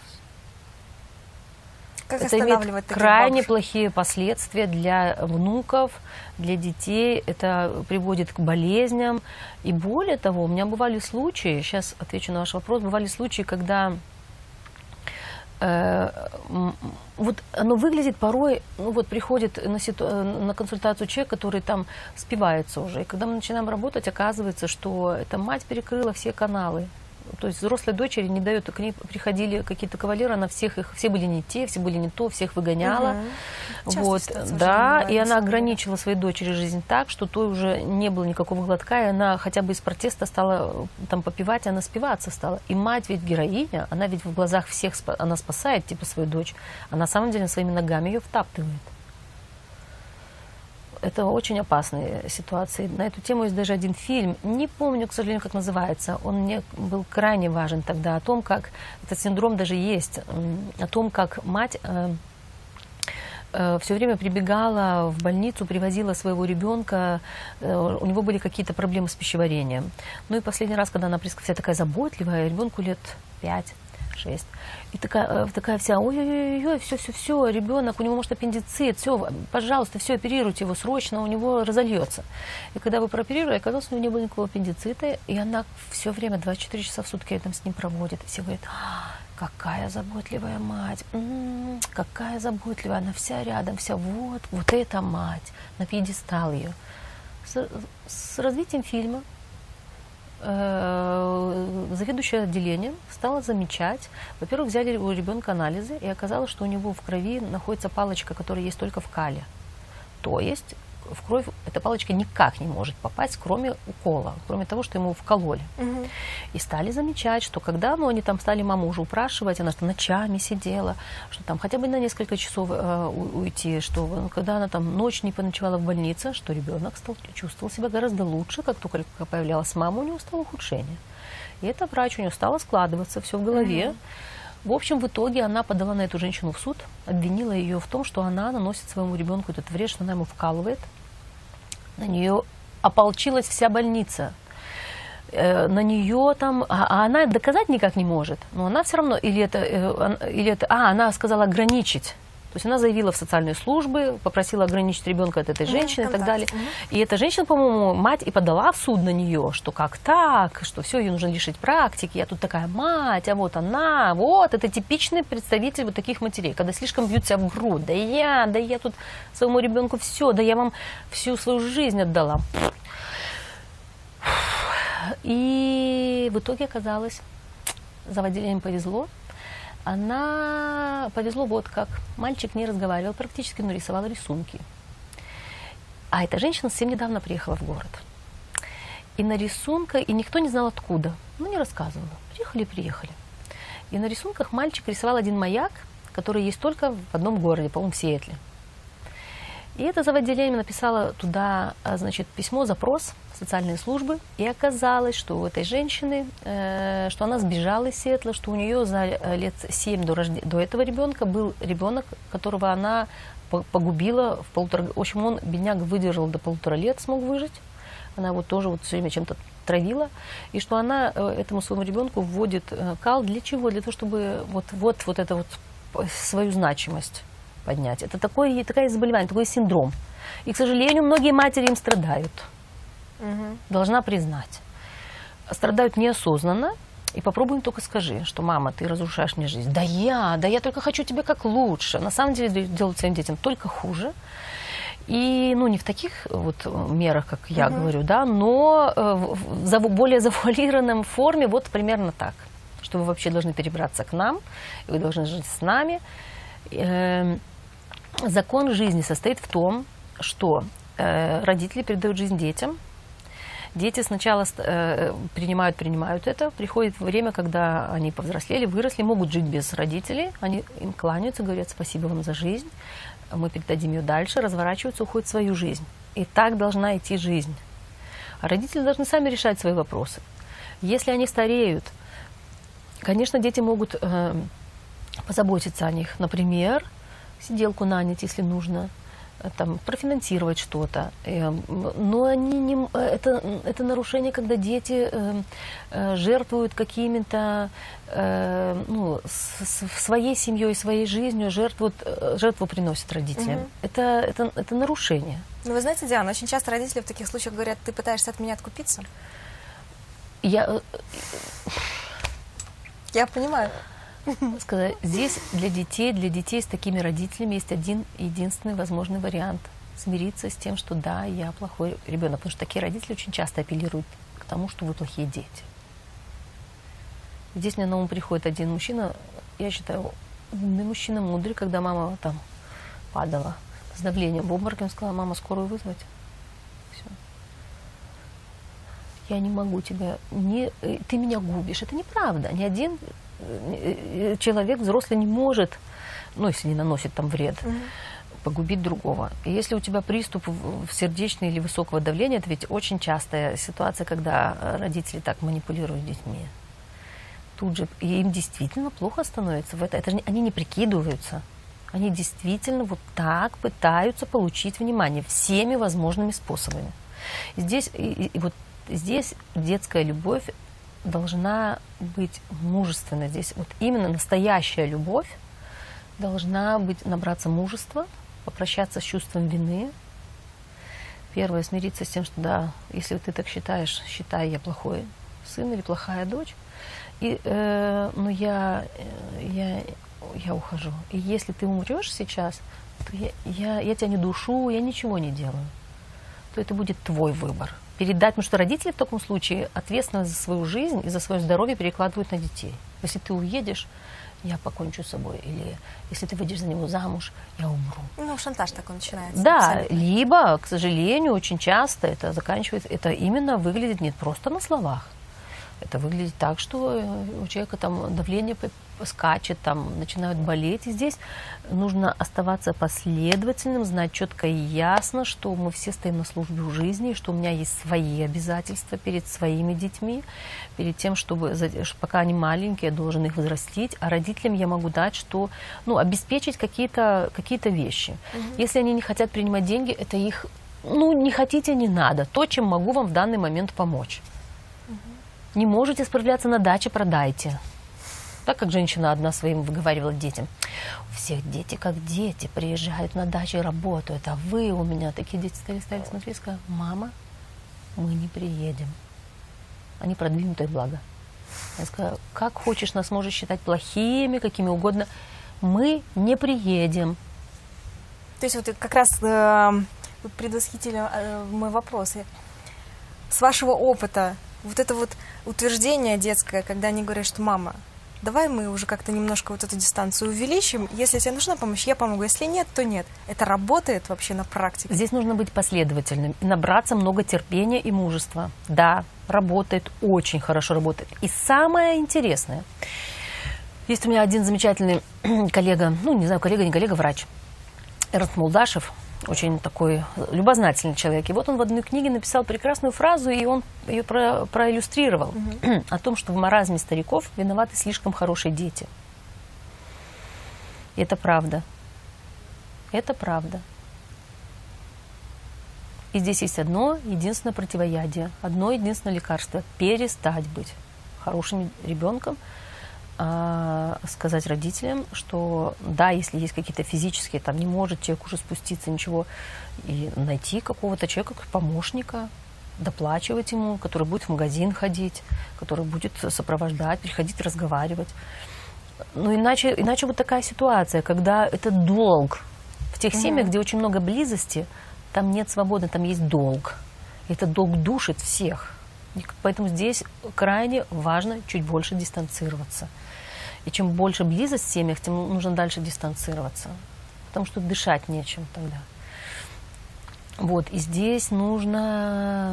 Как это имеет крайне плохие последствия для внуков, для детей. Это приводит к болезням. И более того, у меня бывали случаи, сейчас отвечу на ваш вопрос, бывали случаи, когда вот оно выглядит порой, ну вот приходит на консультацию человек, который там спивается уже. И когда мы начинаем работать, оказывается, что эта мать перекрыла все каналы. То есть взрослой дочери не дает, к ней приходили какие-то кавалеры, она всех их, все были не те, все были не то, всех выгоняла. Вот, да, и она ограничила своей дочери жизнь так, что той уже не было никакого глотка, и она хотя бы из протеста стала там попивать, она спиваться стала. И мать ведь героиня, она ведь в глазах всех, она спасает типа свою дочь, а на самом деле своими ногами ее втаптывает. Это очень опасные ситуации. На эту тему есть даже один фильм. Не помню, к сожалению, как называется. Он мне был крайне важен тогда. О том, как этот синдром даже есть. О том, как мать все время прибегала в больницу, привозила своего ребенка. У него были какие-то проблемы с пищеварением. Ну и последний раз, когда она вся такая заботливая, ребенку лет 5, 6. И такая вся, ой-ой-ой, все, ребенок, у него может аппендицит, все, пожалуйста, все, оперируйте его срочно, у него разольется. И когда вы прооперировали, оказалось, у него не было никакого аппендицита, и она все время, 24 часа в сутки там с ним проводит. И все говорят, какая заботливая мать, какая заботливая, она вся рядом, вся, вот эта мать, на пьедестал ее. С развитием фильма заведующая отделением стала замечать, во-первых, взяли у ребенка анализы, и оказалось, что у него в крови находится палочка, которая есть только в кале. То есть в кровь эта палочка никак не может попасть, кроме укола, кроме того, что ему вкололи. И стали замечать, что когда они там стали маму уже упрашивать, она что ночами сидела, что там хотя бы на несколько часов уйти, что когда она там ночь не поночевала в больнице, что ребенок чувствовал себя гораздо лучше, как только появлялась мама, у него стало ухудшение. И это врач у него стало складываться все в голове. В общем, в итоге она подала на эту женщину в суд, обвинила ее в том, что она наносит своему ребенку этот вред, что она ему вкалывает. На нее ополчилась вся больница. На нее там... А она доказать никак не может. Но она все равно... Она сказала ограничить. То есть она заявила в социальные службы, попросила ограничить ребенка от этой женщины и так далее. И эта женщина, по-моему, мать и подала в суд на нее, что как так, что все, ее нужно лишить практики, я тут такая мать, а вот она, вот, это типичный представитель вот таких матерей, когда слишком бьют себя в грудь, да я тут своему ребенку все, да я вам всю свою жизнь отдала. И в итоге оказалось, заводили им повезло. Она повезло вот как. Мальчик не разговаривал практически, но рисовал рисунки. А эта женщина совсем недавно приехала в город. И на рисунках, и никто не знал откуда. Не рассказывала. Приехали. И на рисунках мальчик рисовал один маяк, который есть только в одном городе, по-моему, в Сиэтле. И это заводделение написала туда, значит, письмо, запрос в социальные службы. И оказалось, что у этой женщины, что она сбежала из Сиэтла, что у нее за лет 7 до этого ребенка был ребенок, которого она погубила в 1,5. В общем, он, бедняк, выдержал до 1,5 лет, смог выжить. Она его тоже вот все время чем-то травила. И что она этому своему ребенку вводит кал. Для чего? Для того, чтобы вот это вот свою значимость поднять. Это такое заболевание, такой синдром. И, к сожалению, многие матери им страдают. Должна признать. Страдают неосознанно. И попробуй им только скажи, что мама, ты разрушаешь мне жизнь. Да я только хочу тебе как лучше. На самом деле делают своим детям только хуже. И, не в таких вот мерах, как я говорю, да, но в более завуалированном форме вот примерно так. Что вы вообще должны перебраться к нам, и вы должны жить с нами. Закон жизни состоит в том, что родители передают жизнь детям. Дети сначала принимают это. Приходит время, когда они повзрослели, выросли, могут жить без родителей. Они им кланяются, говорят: спасибо вам за жизнь. Мы передадим ее дальше, разворачиваются, уходят в свою жизнь. И так должна идти жизнь. А родители должны сами решать свои вопросы. Если они стареют, конечно, дети могут позаботиться о них. Например, сиделку нанять, если нужно, там, профинансировать что-то. Но это нарушение, когда дети жертвуют какими-то, своей семьей, своей жизнью, жертву приносят родителям. Это нарушение. Ну, вы знаете, Диана, очень часто родители в таких случаях говорят: ты пытаешься от меня откупиться? Я понимаю. Сказать, здесь для детей с такими родителями есть один единственный возможный вариант: смириться с тем, что да, я плохой ребенок, потому что такие родители очень часто апеллируют к тому, что вы плохие дети. Здесь мне на ум приходит один мужчина, я считаю, мужчина мудрый, когда мама там падала с давлением в обморок, он сказал: мама, скорую вызвать. Все. Я не могу тебя, ты меня губишь. Это неправда. Ни один человек взрослый не может, если не наносит там вред, погубить другого. И если у тебя приступ сердечного или высокого давления, это ведь очень частая ситуация, когда родители так манипулируют детьми. Тут же и им действительно плохо становится. Они не прикидываются. Они действительно вот так пытаются получить внимание всеми возможными способами. И здесь детская любовь должна быть мужественна здесь. Вот именно настоящая любовь должна быть, набраться мужества, попрощаться с чувством вины. Первое, смириться с тем, что да, если ты так считаешь, считай, я плохой сын или плохая дочь. Но я ухожу. И если ты умрешь сейчас, то я тебя не душу, я ничего не делаю. То это будет твой выбор. Передать, потому что родители в таком случае ответственность за свою жизнь и за свое здоровье перекладывают на детей. Если ты уедешь, я покончу с собой. Или если ты выйдешь за него замуж, я умру. Ну, шантаж такой начинается. Да, абсолютно. либо, к сожалению, очень часто это заканчивается, это именно выглядит не просто на словах. Это выглядит так, что у человека там давление скачет, там начинают болеть. И здесь нужно оставаться последовательным, знать четко и ясно, что мы все стоим на службе в жизни, что у меня есть свои обязательства перед своими детьми, перед тем, чтобы, пока они маленькие, я должен их взрастить, а родителям я могу дать, что, обеспечить какие-то вещи. Если они не хотят принимать деньги, это их, не хотите, не надо. То, чем могу вам в данный момент помочь. Не можете справляться на даче, продайте. Так как женщина одна своим выговаривала детям. У всех дети как дети, приезжают на дачу и работают, а вы у меня такие дети стали смотреть и сказали: мама, мы не приедем. Они продвинутые, благо. Я сказала: как хочешь, нас можешь считать плохими, какими угодно, мы не приедем. То есть вот как раз вы предвосхитили мой вопрос. С вашего опыта, вот это вот утверждение детское, когда они говорят, что мама, давай мы уже как-то немножко вот эту дистанцию увеличим, если тебе нужна помощь, я помогу, если нет, то нет. Это работает вообще на практике? Здесь нужно быть последовательным и набраться много терпения и мужества. Да, работает, очень хорошо работает. И самое интересное, есть у меня один замечательный коллега, не знаю, коллега, не коллега, врач, Эрнст Молдашев, очень такой любознательный человек. И вот он в одной книге написал прекрасную фразу, и он ее проиллюстрировал. О том, что в маразме стариков виноваты слишком хорошие дети. И это правда. Это правда. И здесь есть одно единственное противоядие, одно единственное лекарство. Перестать быть хорошим ребенком, сказать родителям, что да, если есть какие-то физические, там не может человек уже спуститься, ничего, и найти какого-то человека, помощника, доплачивать ему, который будет в магазин ходить, который будет сопровождать, приходить, разговаривать. Иначе вот такая ситуация, когда это долг. В тех семьях, где очень много близости, там нет свободы, там есть долг. И этот долг душит всех. И поэтому здесь крайне важно чуть больше дистанцироваться. И чем больше близость в семьях, тем нужно дальше дистанцироваться. Потому что дышать нечем тогда. Вот, и здесь нужно...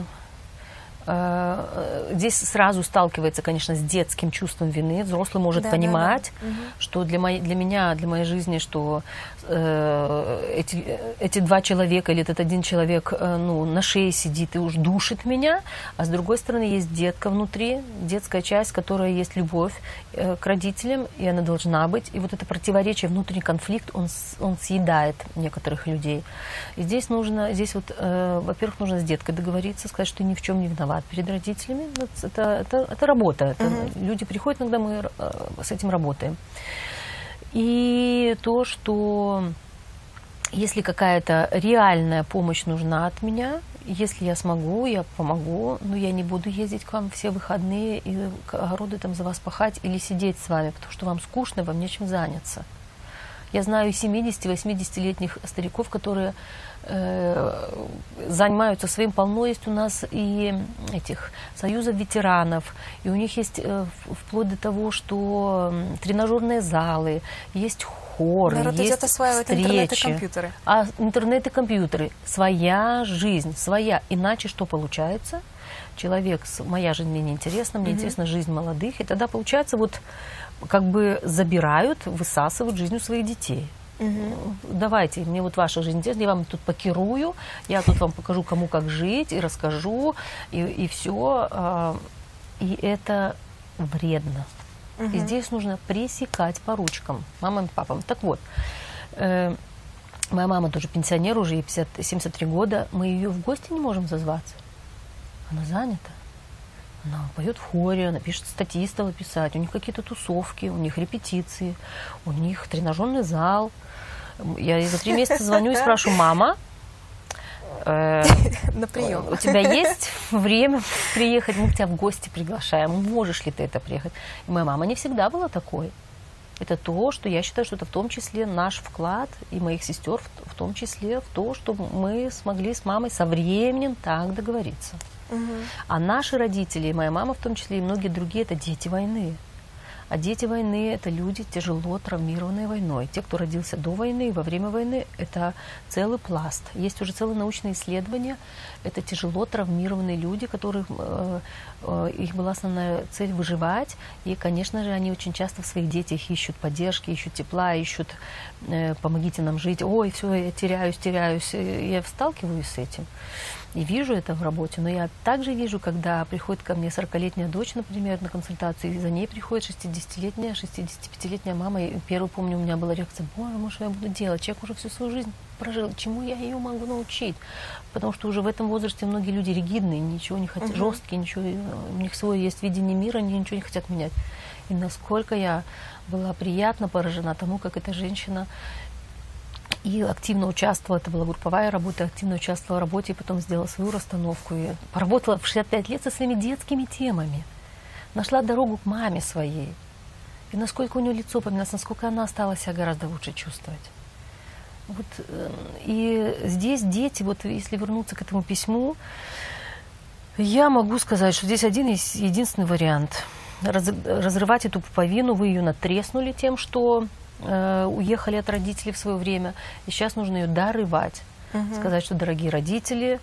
Здесь сразу сталкивается, конечно, с детским чувством вины. Взрослый может понимать, что для меня, для моей жизни, что эти два человека или этот один человек на шее сидит и уж душит меня, а с другой стороны есть детка внутри, детская часть, которая есть любовь к родителям, и она должна быть. И вот это противоречие, внутренний конфликт, он съедает некоторых людей. И здесь во-первых, нужно с деткой договориться, сказать, что ты ни в чем не виноват перед родителями. Это работа. Люди приходят, иногда мы с этим работаем. И то, что если какая-то реальная помощь нужна от меня, если я смогу, я помогу, но я не буду ездить к вам все выходные и огороды там за вас пахать или сидеть с вами, потому что вам скучно, вам нечем заняться. Я знаю 70-80-летних стариков, которые занимаются своим полно. Есть у нас и этих союзов ветеранов, и у них есть вплоть до того, что тренажерные залы, есть хоры, народ есть идет осваивать встречи. интернет и компьютеры. А интернет и компьютеры. Своя жизнь, своя. Иначе что получается? Человек, моя жизнь мне неинтересна, мне интересна жизнь молодых, и тогда получается как бы забирают, высасывают жизнь у своих детей. Давайте, мне вот ваша жизнь интересна, я вам тут покерую, я тут вам покажу, кому как жить, и расскажу, и все. И это вредно. И здесь нужно пресекать по ручкам, мамам и папам. Так вот, моя мама тоже пенсионер, уже ей 73 года, мы ее в гости не можем зазваться. Она занята. Она поет в хоре, она пишет статистов писать, у них какие-то тусовки, у них репетиции, у них тренажерный зал. Я ей за 3 месяца звоню и спрашиваю: мама, на прием. У тебя есть время приехать? Мы тебя в гости приглашаем. Можешь ли ты это приехать? И моя мама не всегда была такой. Это то, что я считаю, что это в том числе наш вклад и моих сестер, в том числе в то, что мы смогли с мамой со временем так договориться. А наши родители, и моя мама в том числе, и многие другие, это дети войны. А дети войны – это люди, тяжело травмированные войной. Те, кто родился до войны и во время войны, это целый пласт. Есть уже целые научные исследования. Это тяжело травмированные люди, которых их была основная цель выживать. И, конечно же, они очень часто в своих детях ищут поддержки, ищут тепла, ищут «помогите нам жить». «Ой, все, я теряюсь». Я сталкиваюсь с этим. И вижу это в работе, но я также вижу, когда приходит ко мне 40-летняя дочь, например, на консультацию, и за ней приходит 60-летняя, 65-летняя мама, и первую, помню, у меня была реакция: боже, что я буду делать? Человек уже всю свою жизнь прожил, чему я ее могу научить? Потому что уже в этом возрасте многие люди ригидные, ничего не хотят, жесткие, ничего, у них свое есть видение мира, они ничего не хотят менять. И насколько я была приятно поражена тому, как эта женщина и активно участвовала, это была групповая работа, активно участвовала в работе, и потом сделала свою расстановку. И поработала в 65 лет со своими детскими темами. Нашла дорогу к маме своей. И насколько у нее лицо поменялось, насколько она стала себя гораздо лучше чувствовать. Вот, и здесь дети, вот если вернуться к этому письму, я могу сказать, что здесь один есть единственный вариант. Разрывать эту пуповину, вы ее натреснули тем, что уехали от родителей в свое время, и сейчас нужно ее дорывать. Сказать, что, дорогие родители,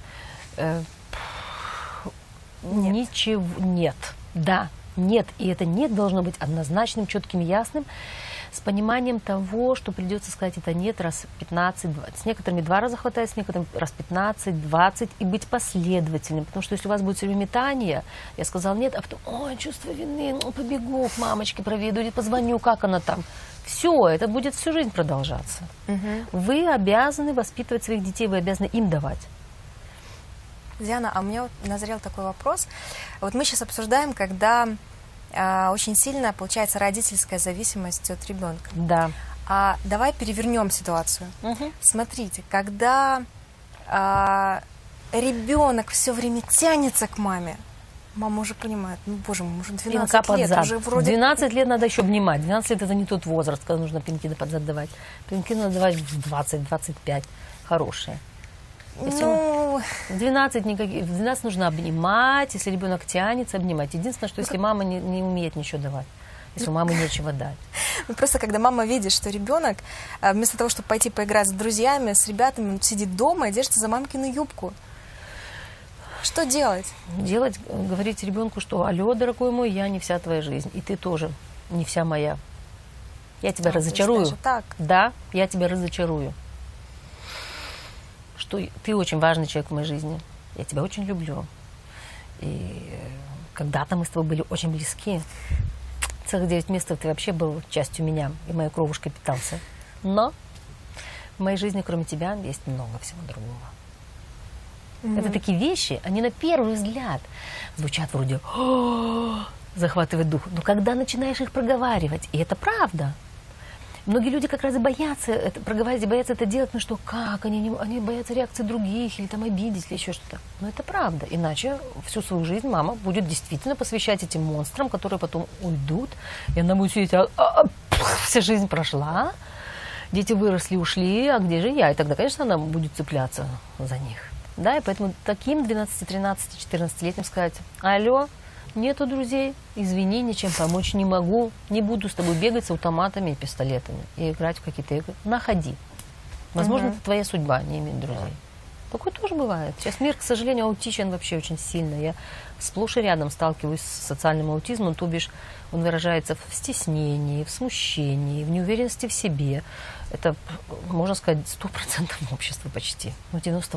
ничего нет. Да, нет. И это нет должно быть однозначным, четким, ясным, с пониманием того, что придется сказать это нет раз 15-20. С некоторыми 2 раза хватает, с некоторыми раз 15-20, и быть последовательным. Потому что если у вас будет все время метание, я сказал нет, а потом: ой, чувство вины, побегу к мамочке, проведу, или позвоню, как она там. Все, это будет всю жизнь продолжаться. Вы обязаны воспитывать своих детей, вы обязаны им давать. Диана, а у меня вот назрел такой вопрос. Вот мы сейчас обсуждаем, когда очень сильно получается родительская зависимость от ребенка. Да. А давай перевернем ситуацию. Смотрите, когда ребенок все время тянется к маме, мама уже понимает: ну, боже мой, уже 12 лет, уже вроде... 12 лет надо еще обнимать. 12 лет это не тот возраст, когда нужно пинки под зад давать. Пинки надо давать в 20-25. Хорошие. Ну... В 12 нужно обнимать, если ребенок тянется, обнимать. Единственное, что если мама не умеет ничего давать, если у мамы нечего дать. Ну, просто когда мама видит, что ребенок вместо того, чтобы пойти поиграть с друзьями, с ребятами, он сидит дома и держится за мамкину юбку. Что делать? Говорить ребенку, что: алло, дорогой мой, я не вся твоя жизнь, и ты тоже не вся моя. Я тебя разочарую. Даже так? Да, я тебя разочарую. Что ты очень важный человек в моей жизни. Я тебя очень люблю. И когда-то мы с тобой были очень близки. Целых 9 месяцев ты вообще был частью меня, и моей кровушкой питался. Но в моей жизни, кроме тебя, есть много всего другого. Это такие вещи, они на первый взгляд звучат вроде захватывает дух. Но когда начинаешь их проговаривать, и это правда. Многие люди как раз и боятся это проговаривать, боятся это делать, потому что как? Они боятся реакции других, или там обидеть, или еще что-то. Но это правда. Иначе всю свою жизнь мама будет действительно посвящать этим монстрам, которые потом уйдут, и она будет сидеть: вся жизнь прошла, дети выросли, ушли, а где же я? И тогда, конечно, она будет цепляться за них. Да, и поэтому таким 12, 13, 14-летним сказать: алло, нету друзей, извини, ничем помочь не могу, не буду с тобой бегать с автоматами и пистолетами и играть в какие-то игры. Находи. Возможно, это твоя судьба, не иметь друзей. Такое тоже бывает. Сейчас мир, к сожалению, аутичен вообще очень сильно. Я сплошь и рядом сталкиваюсь с социальным аутизмом, то бишь он выражается в стеснении, в смущении, в неуверенности в себе. Это, можно сказать, 100% общества почти. Ну,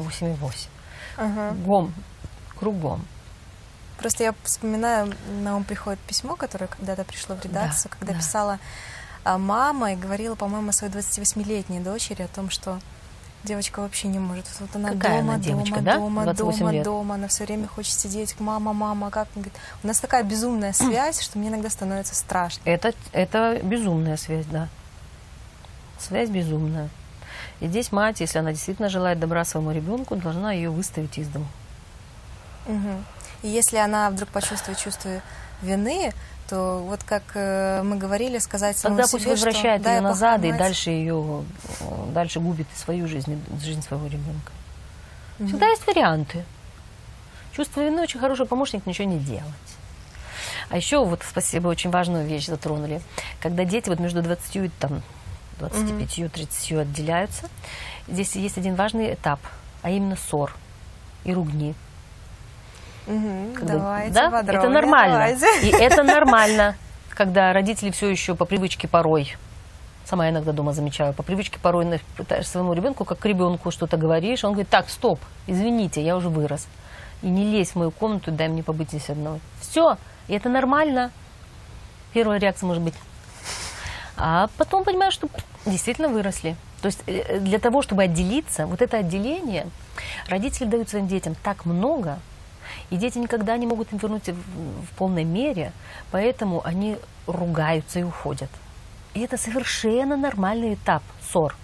98,8. Кругом. Просто я вспоминаю, на ум приходит письмо, которое когда-то пришло в редакцию, когда писала мама и говорила, по-моему, своей 28-летней дочери о том, что Девочка вообще не может. Вот она Какая дома, она девочка, дома, да? дома, 28 дома, лет. дома. Она все время хочет сидеть. Мама, мама, как? Она говорит, у нас такая безумная связь, что мне иногда становится страшно. Это безумная связь, да. Связь безумная. И здесь мать, если она действительно желает добра своему ребенку, должна ее выставить из дома. Угу. И если она вдруг почувствует чувство вины, то вот как мы говорили, сказать самому Тогда себе, пусть возвращает что, ее да, назад и мать. дальше губит свою жизнь, жизнь своего ребенка. Угу. Всегда есть варианты. Чувство вины очень хороший помощник, ничего не делать. А еще вот, спасибо, очень важную вещь затронули. Когда дети вот между 20 и 25-30 отделяются, здесь есть один важный этап, а именно ссор и ругни. Давайте, да? подробнее, Это нормально. давайте. И это нормально, когда родители все еще по привычке порой, сама иногда дома замечаю, по привычке порой пытаешься своему ребенку, как к ребенку что-то говоришь, он говорит, так, стоп, извините, я уже вырос. И не лезь в мою комнату, дай мне побыть здесь одной. Все, и это нормально. Первая реакция может быть. А потом понимаешь, что действительно выросли. То есть для того, чтобы отделиться, вот это отделение, родители дают своим детям так много, и дети никогда не могут им вернуть в полной мере, поэтому они ругаются и уходят. И это совершенно нормальный этап ссор.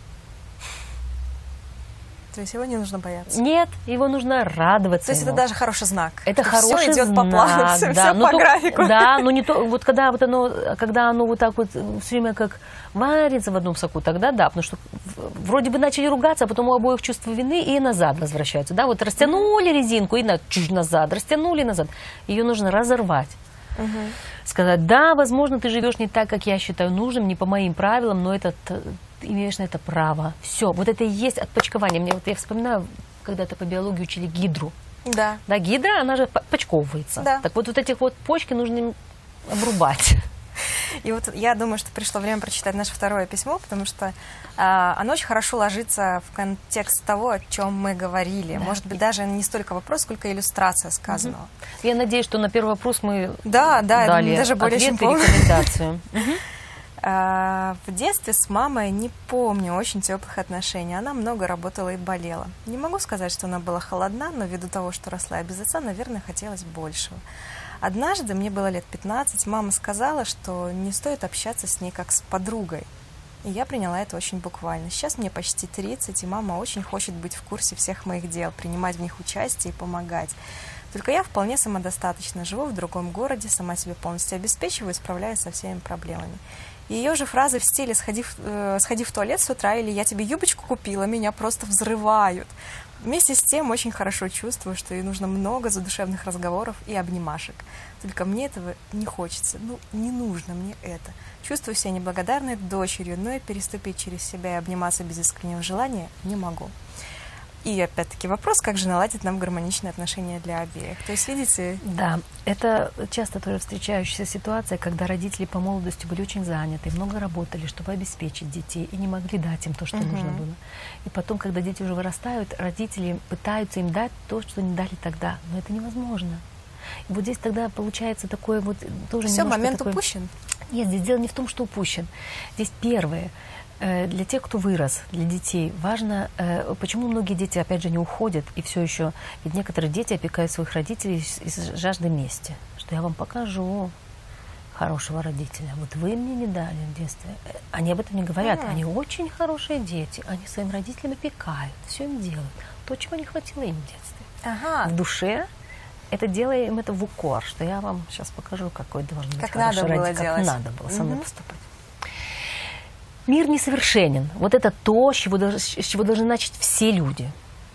То есть его не нужно бояться. Нет, его нужно радоваться. То есть ему. это даже хороший знак. Это хороший все идет знак, по плану, все, да, по графику. Да, но не то, вот когда оно вот так вот все время как варится в одном соку, тогда да, потому что вроде бы начали ругаться, а потом у обоих чувство вины и назад возвращаются, да, вот растянули резинку и чуть назад, растянули назад, ее нужно разорвать. Сказать, да, возможно, ты живешь не так, как я считаю нужным, не по моим правилам, но ты имеешь на это право. Все, вот это и есть отпочкование. Я вспоминаю, когда-то по биологии учили гидру. Да. Да, гидра, она же почковывается. Да. Так вот этих вот почки нужно обрубать. И вот я думаю, что пришло время прочитать наше второе письмо, потому что оно очень хорошо ложится в контекст того, о чем мы говорили. Да. Может быть, даже не столько вопрос, сколько иллюстрация сказанного. Я надеюсь, что на первый вопрос мы дали даже более ответ чем и рекомендацию. В детстве с мамой не помню очень теплых отношений. Она много работала и болела. Не могу сказать, что она была холодна, но ввиду того, что росла я без отца, наверное, хотелось большего. Однажды, мне было лет 15, мама сказала, что не стоит общаться с ней как с подругой. И я приняла это очень буквально. Сейчас мне почти 30, и мама очень хочет быть в курсе всех моих дел, принимать в них участие и помогать. Только я вполне самодостаточна, живу в другом городе, сама себя полностью обеспечиваю и справляюсь со всеми проблемами. Ее же фразы в стиле сходи в туалет с утра» или «я тебе юбочку купила» меня просто взрывают. Вместе с тем очень хорошо чувствую, что ей нужно много задушевных разговоров и обнимашек. Только мне этого не хочется, не нужно мне это. Чувствую себя неблагодарной дочерью, но и переступить через себя и обниматься без искреннего желания не могу. И опять-таки вопрос, как же наладить нам гармоничные отношения для обеих. То есть, видите... Да, это часто тоже встречающаяся ситуация, когда родители по молодости были очень заняты, много работали, чтобы обеспечить детей, и не могли дать им то, что нужно было. И потом, когда дети уже вырастают, родители пытаются им дать то, что не дали тогда. Но это невозможно. И вот здесь тогда получается такое вот... тоже все, момент такой... упущен? Нет, здесь дело не в том, что упущен. Здесь первое. Для тех, кто вырос, для детей важно, почему многие дети, опять же, не уходят, и все еще, ведь некоторые дети опекают своих родителей из жажды мести, что я вам покажу хорошего родителя. Вот вы мне не дали в детстве. Они об этом не говорят. Они очень хорошие дети. Они своим родителям опекают, все им делают. То, чего не хватило им в детстве. В душе это делаем им это в укор, что я вам сейчас покажу, какой должен быть хороший родитель. Как надо было со мной поступать. Мир несовершенен. Вот это то, с чего должны начать все люди.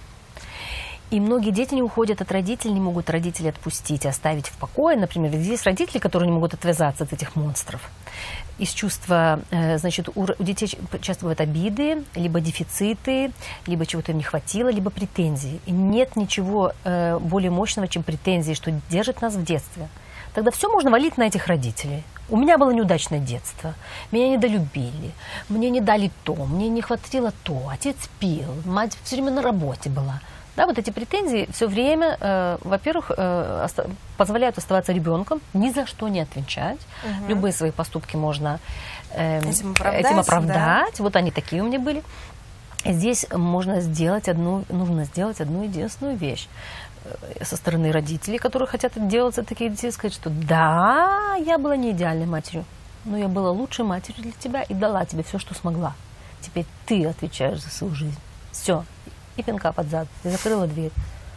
И многие дети не уходят от родителей, не могут родителей отпустить, оставить в покое. Например, ведь есть родители, которые не могут отвязаться от этих монстров. Из чувства, значит, у детей часто бывают обиды, либо дефициты, либо чего-то им не хватило, либо претензии. И нет ничего более мощного, чем претензии, что держит нас в детстве. Тогда все можно валить на этих родителей. У меня было неудачное детство, меня недолюбили, мне не дали то, мне не хватило то, отец пил, мать все время на работе была. Да, вот эти претензии все время, во-первых, позволяют оставаться ребенком, ни за что не отвечать. Любые свои поступки можно этим оправдать. Да. Вот они такие у меня были. Здесь нужно сделать одну единственную вещь со стороны родителей, которые хотят отделаться от таких детей, сказать, что да, я была не идеальной матерью, но я была лучшей матерью для тебя и дала тебе все, что смогла. Теперь ты отвечаешь за свою жизнь. Все. И пинка под зад. И закрыла дверь.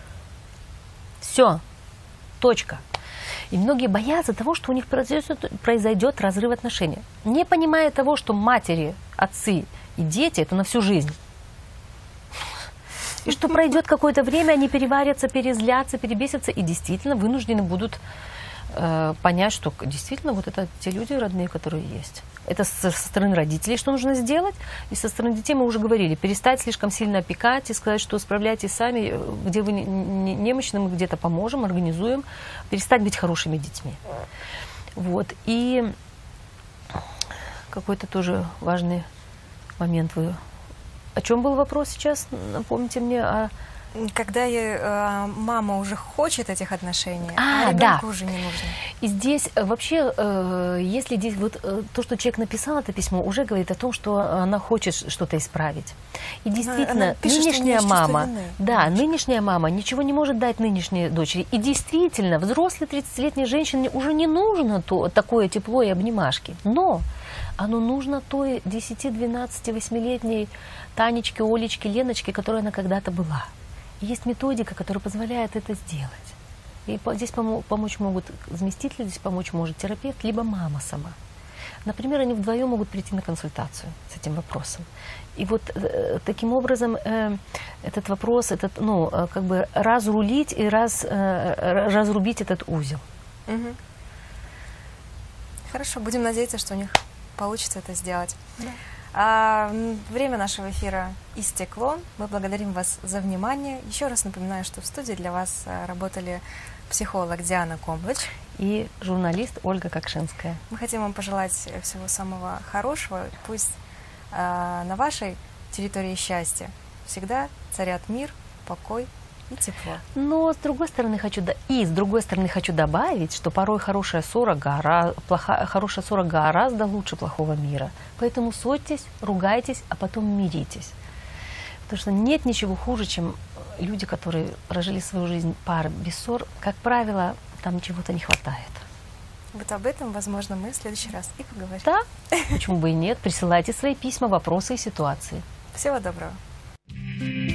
Все. Точка. И многие боятся того, что у них произойдет разрыв отношений. Не понимая того, что матери, отцы и дети – это на всю жизнь. И что пройдет какое-то время, они переварятся, перезлятся, перебесятся и действительно вынуждены будут понять, что действительно вот это те люди родные, которые есть. Это со стороны родителей, что нужно сделать, и со стороны детей мы уже говорили, перестать слишком сильно опекать и сказать, что справляйтесь сами, где вы немощны, мы где-то поможем, организуем, перестать быть хорошими детьми. Вот. И какой-то тоже важный момент вы... О чем был вопрос сейчас? Напомните мне. Когда мама уже хочет этих отношений, а ребенку уже не нужно. И здесь вообще, если здесь вот то, что человек написал это письмо, уже говорит о том, что она хочет что-то исправить. И действительно, пишет, нынешняя мама, нынешняя мама ничего не может дать нынешней дочери. И действительно, взрослой 30-летней женщине уже не нужно такое тепло и обнимашки. Но оно нужно той 10, 12, 8-летней Танечке, Олечке, Леночке, которой она когда-то была. Есть методика, которая позволяет это сделать. И здесь помочь могут заместители, здесь помочь может терапевт, либо мама сама. Например, они вдвоем могут прийти на консультацию с этим вопросом. И вот таким образом этот вопрос, как бы разрулить и разрубить этот узел. Угу. Хорошо, будем надеяться, что у них получится это сделать. Да. Время нашего эфира истекло. Мы благодарим вас за внимание. Еще раз напоминаю, что в студии для вас работали психолог Диана Комлыч и журналист Ольга Кокшинская. Мы хотим вам пожелать всего самого хорошего. Пусть на вашей территории счастья всегда царят мир, покой и тепло. Но с другой стороны хочу добавить, что порой хорошая ссора гораздо лучше плохого мира. Поэтому ссорьтесь, ругайтесь, а потом миритесь. Потому что нет ничего хуже, чем люди, которые прожили свою жизнь пары без ссор. Как правило, там чего-то не хватает. Вот об этом, возможно, мы в следующий раз и поговорим. Да, почему бы и нет. Присылайте свои письма, вопросы и ситуации. Всего доброго.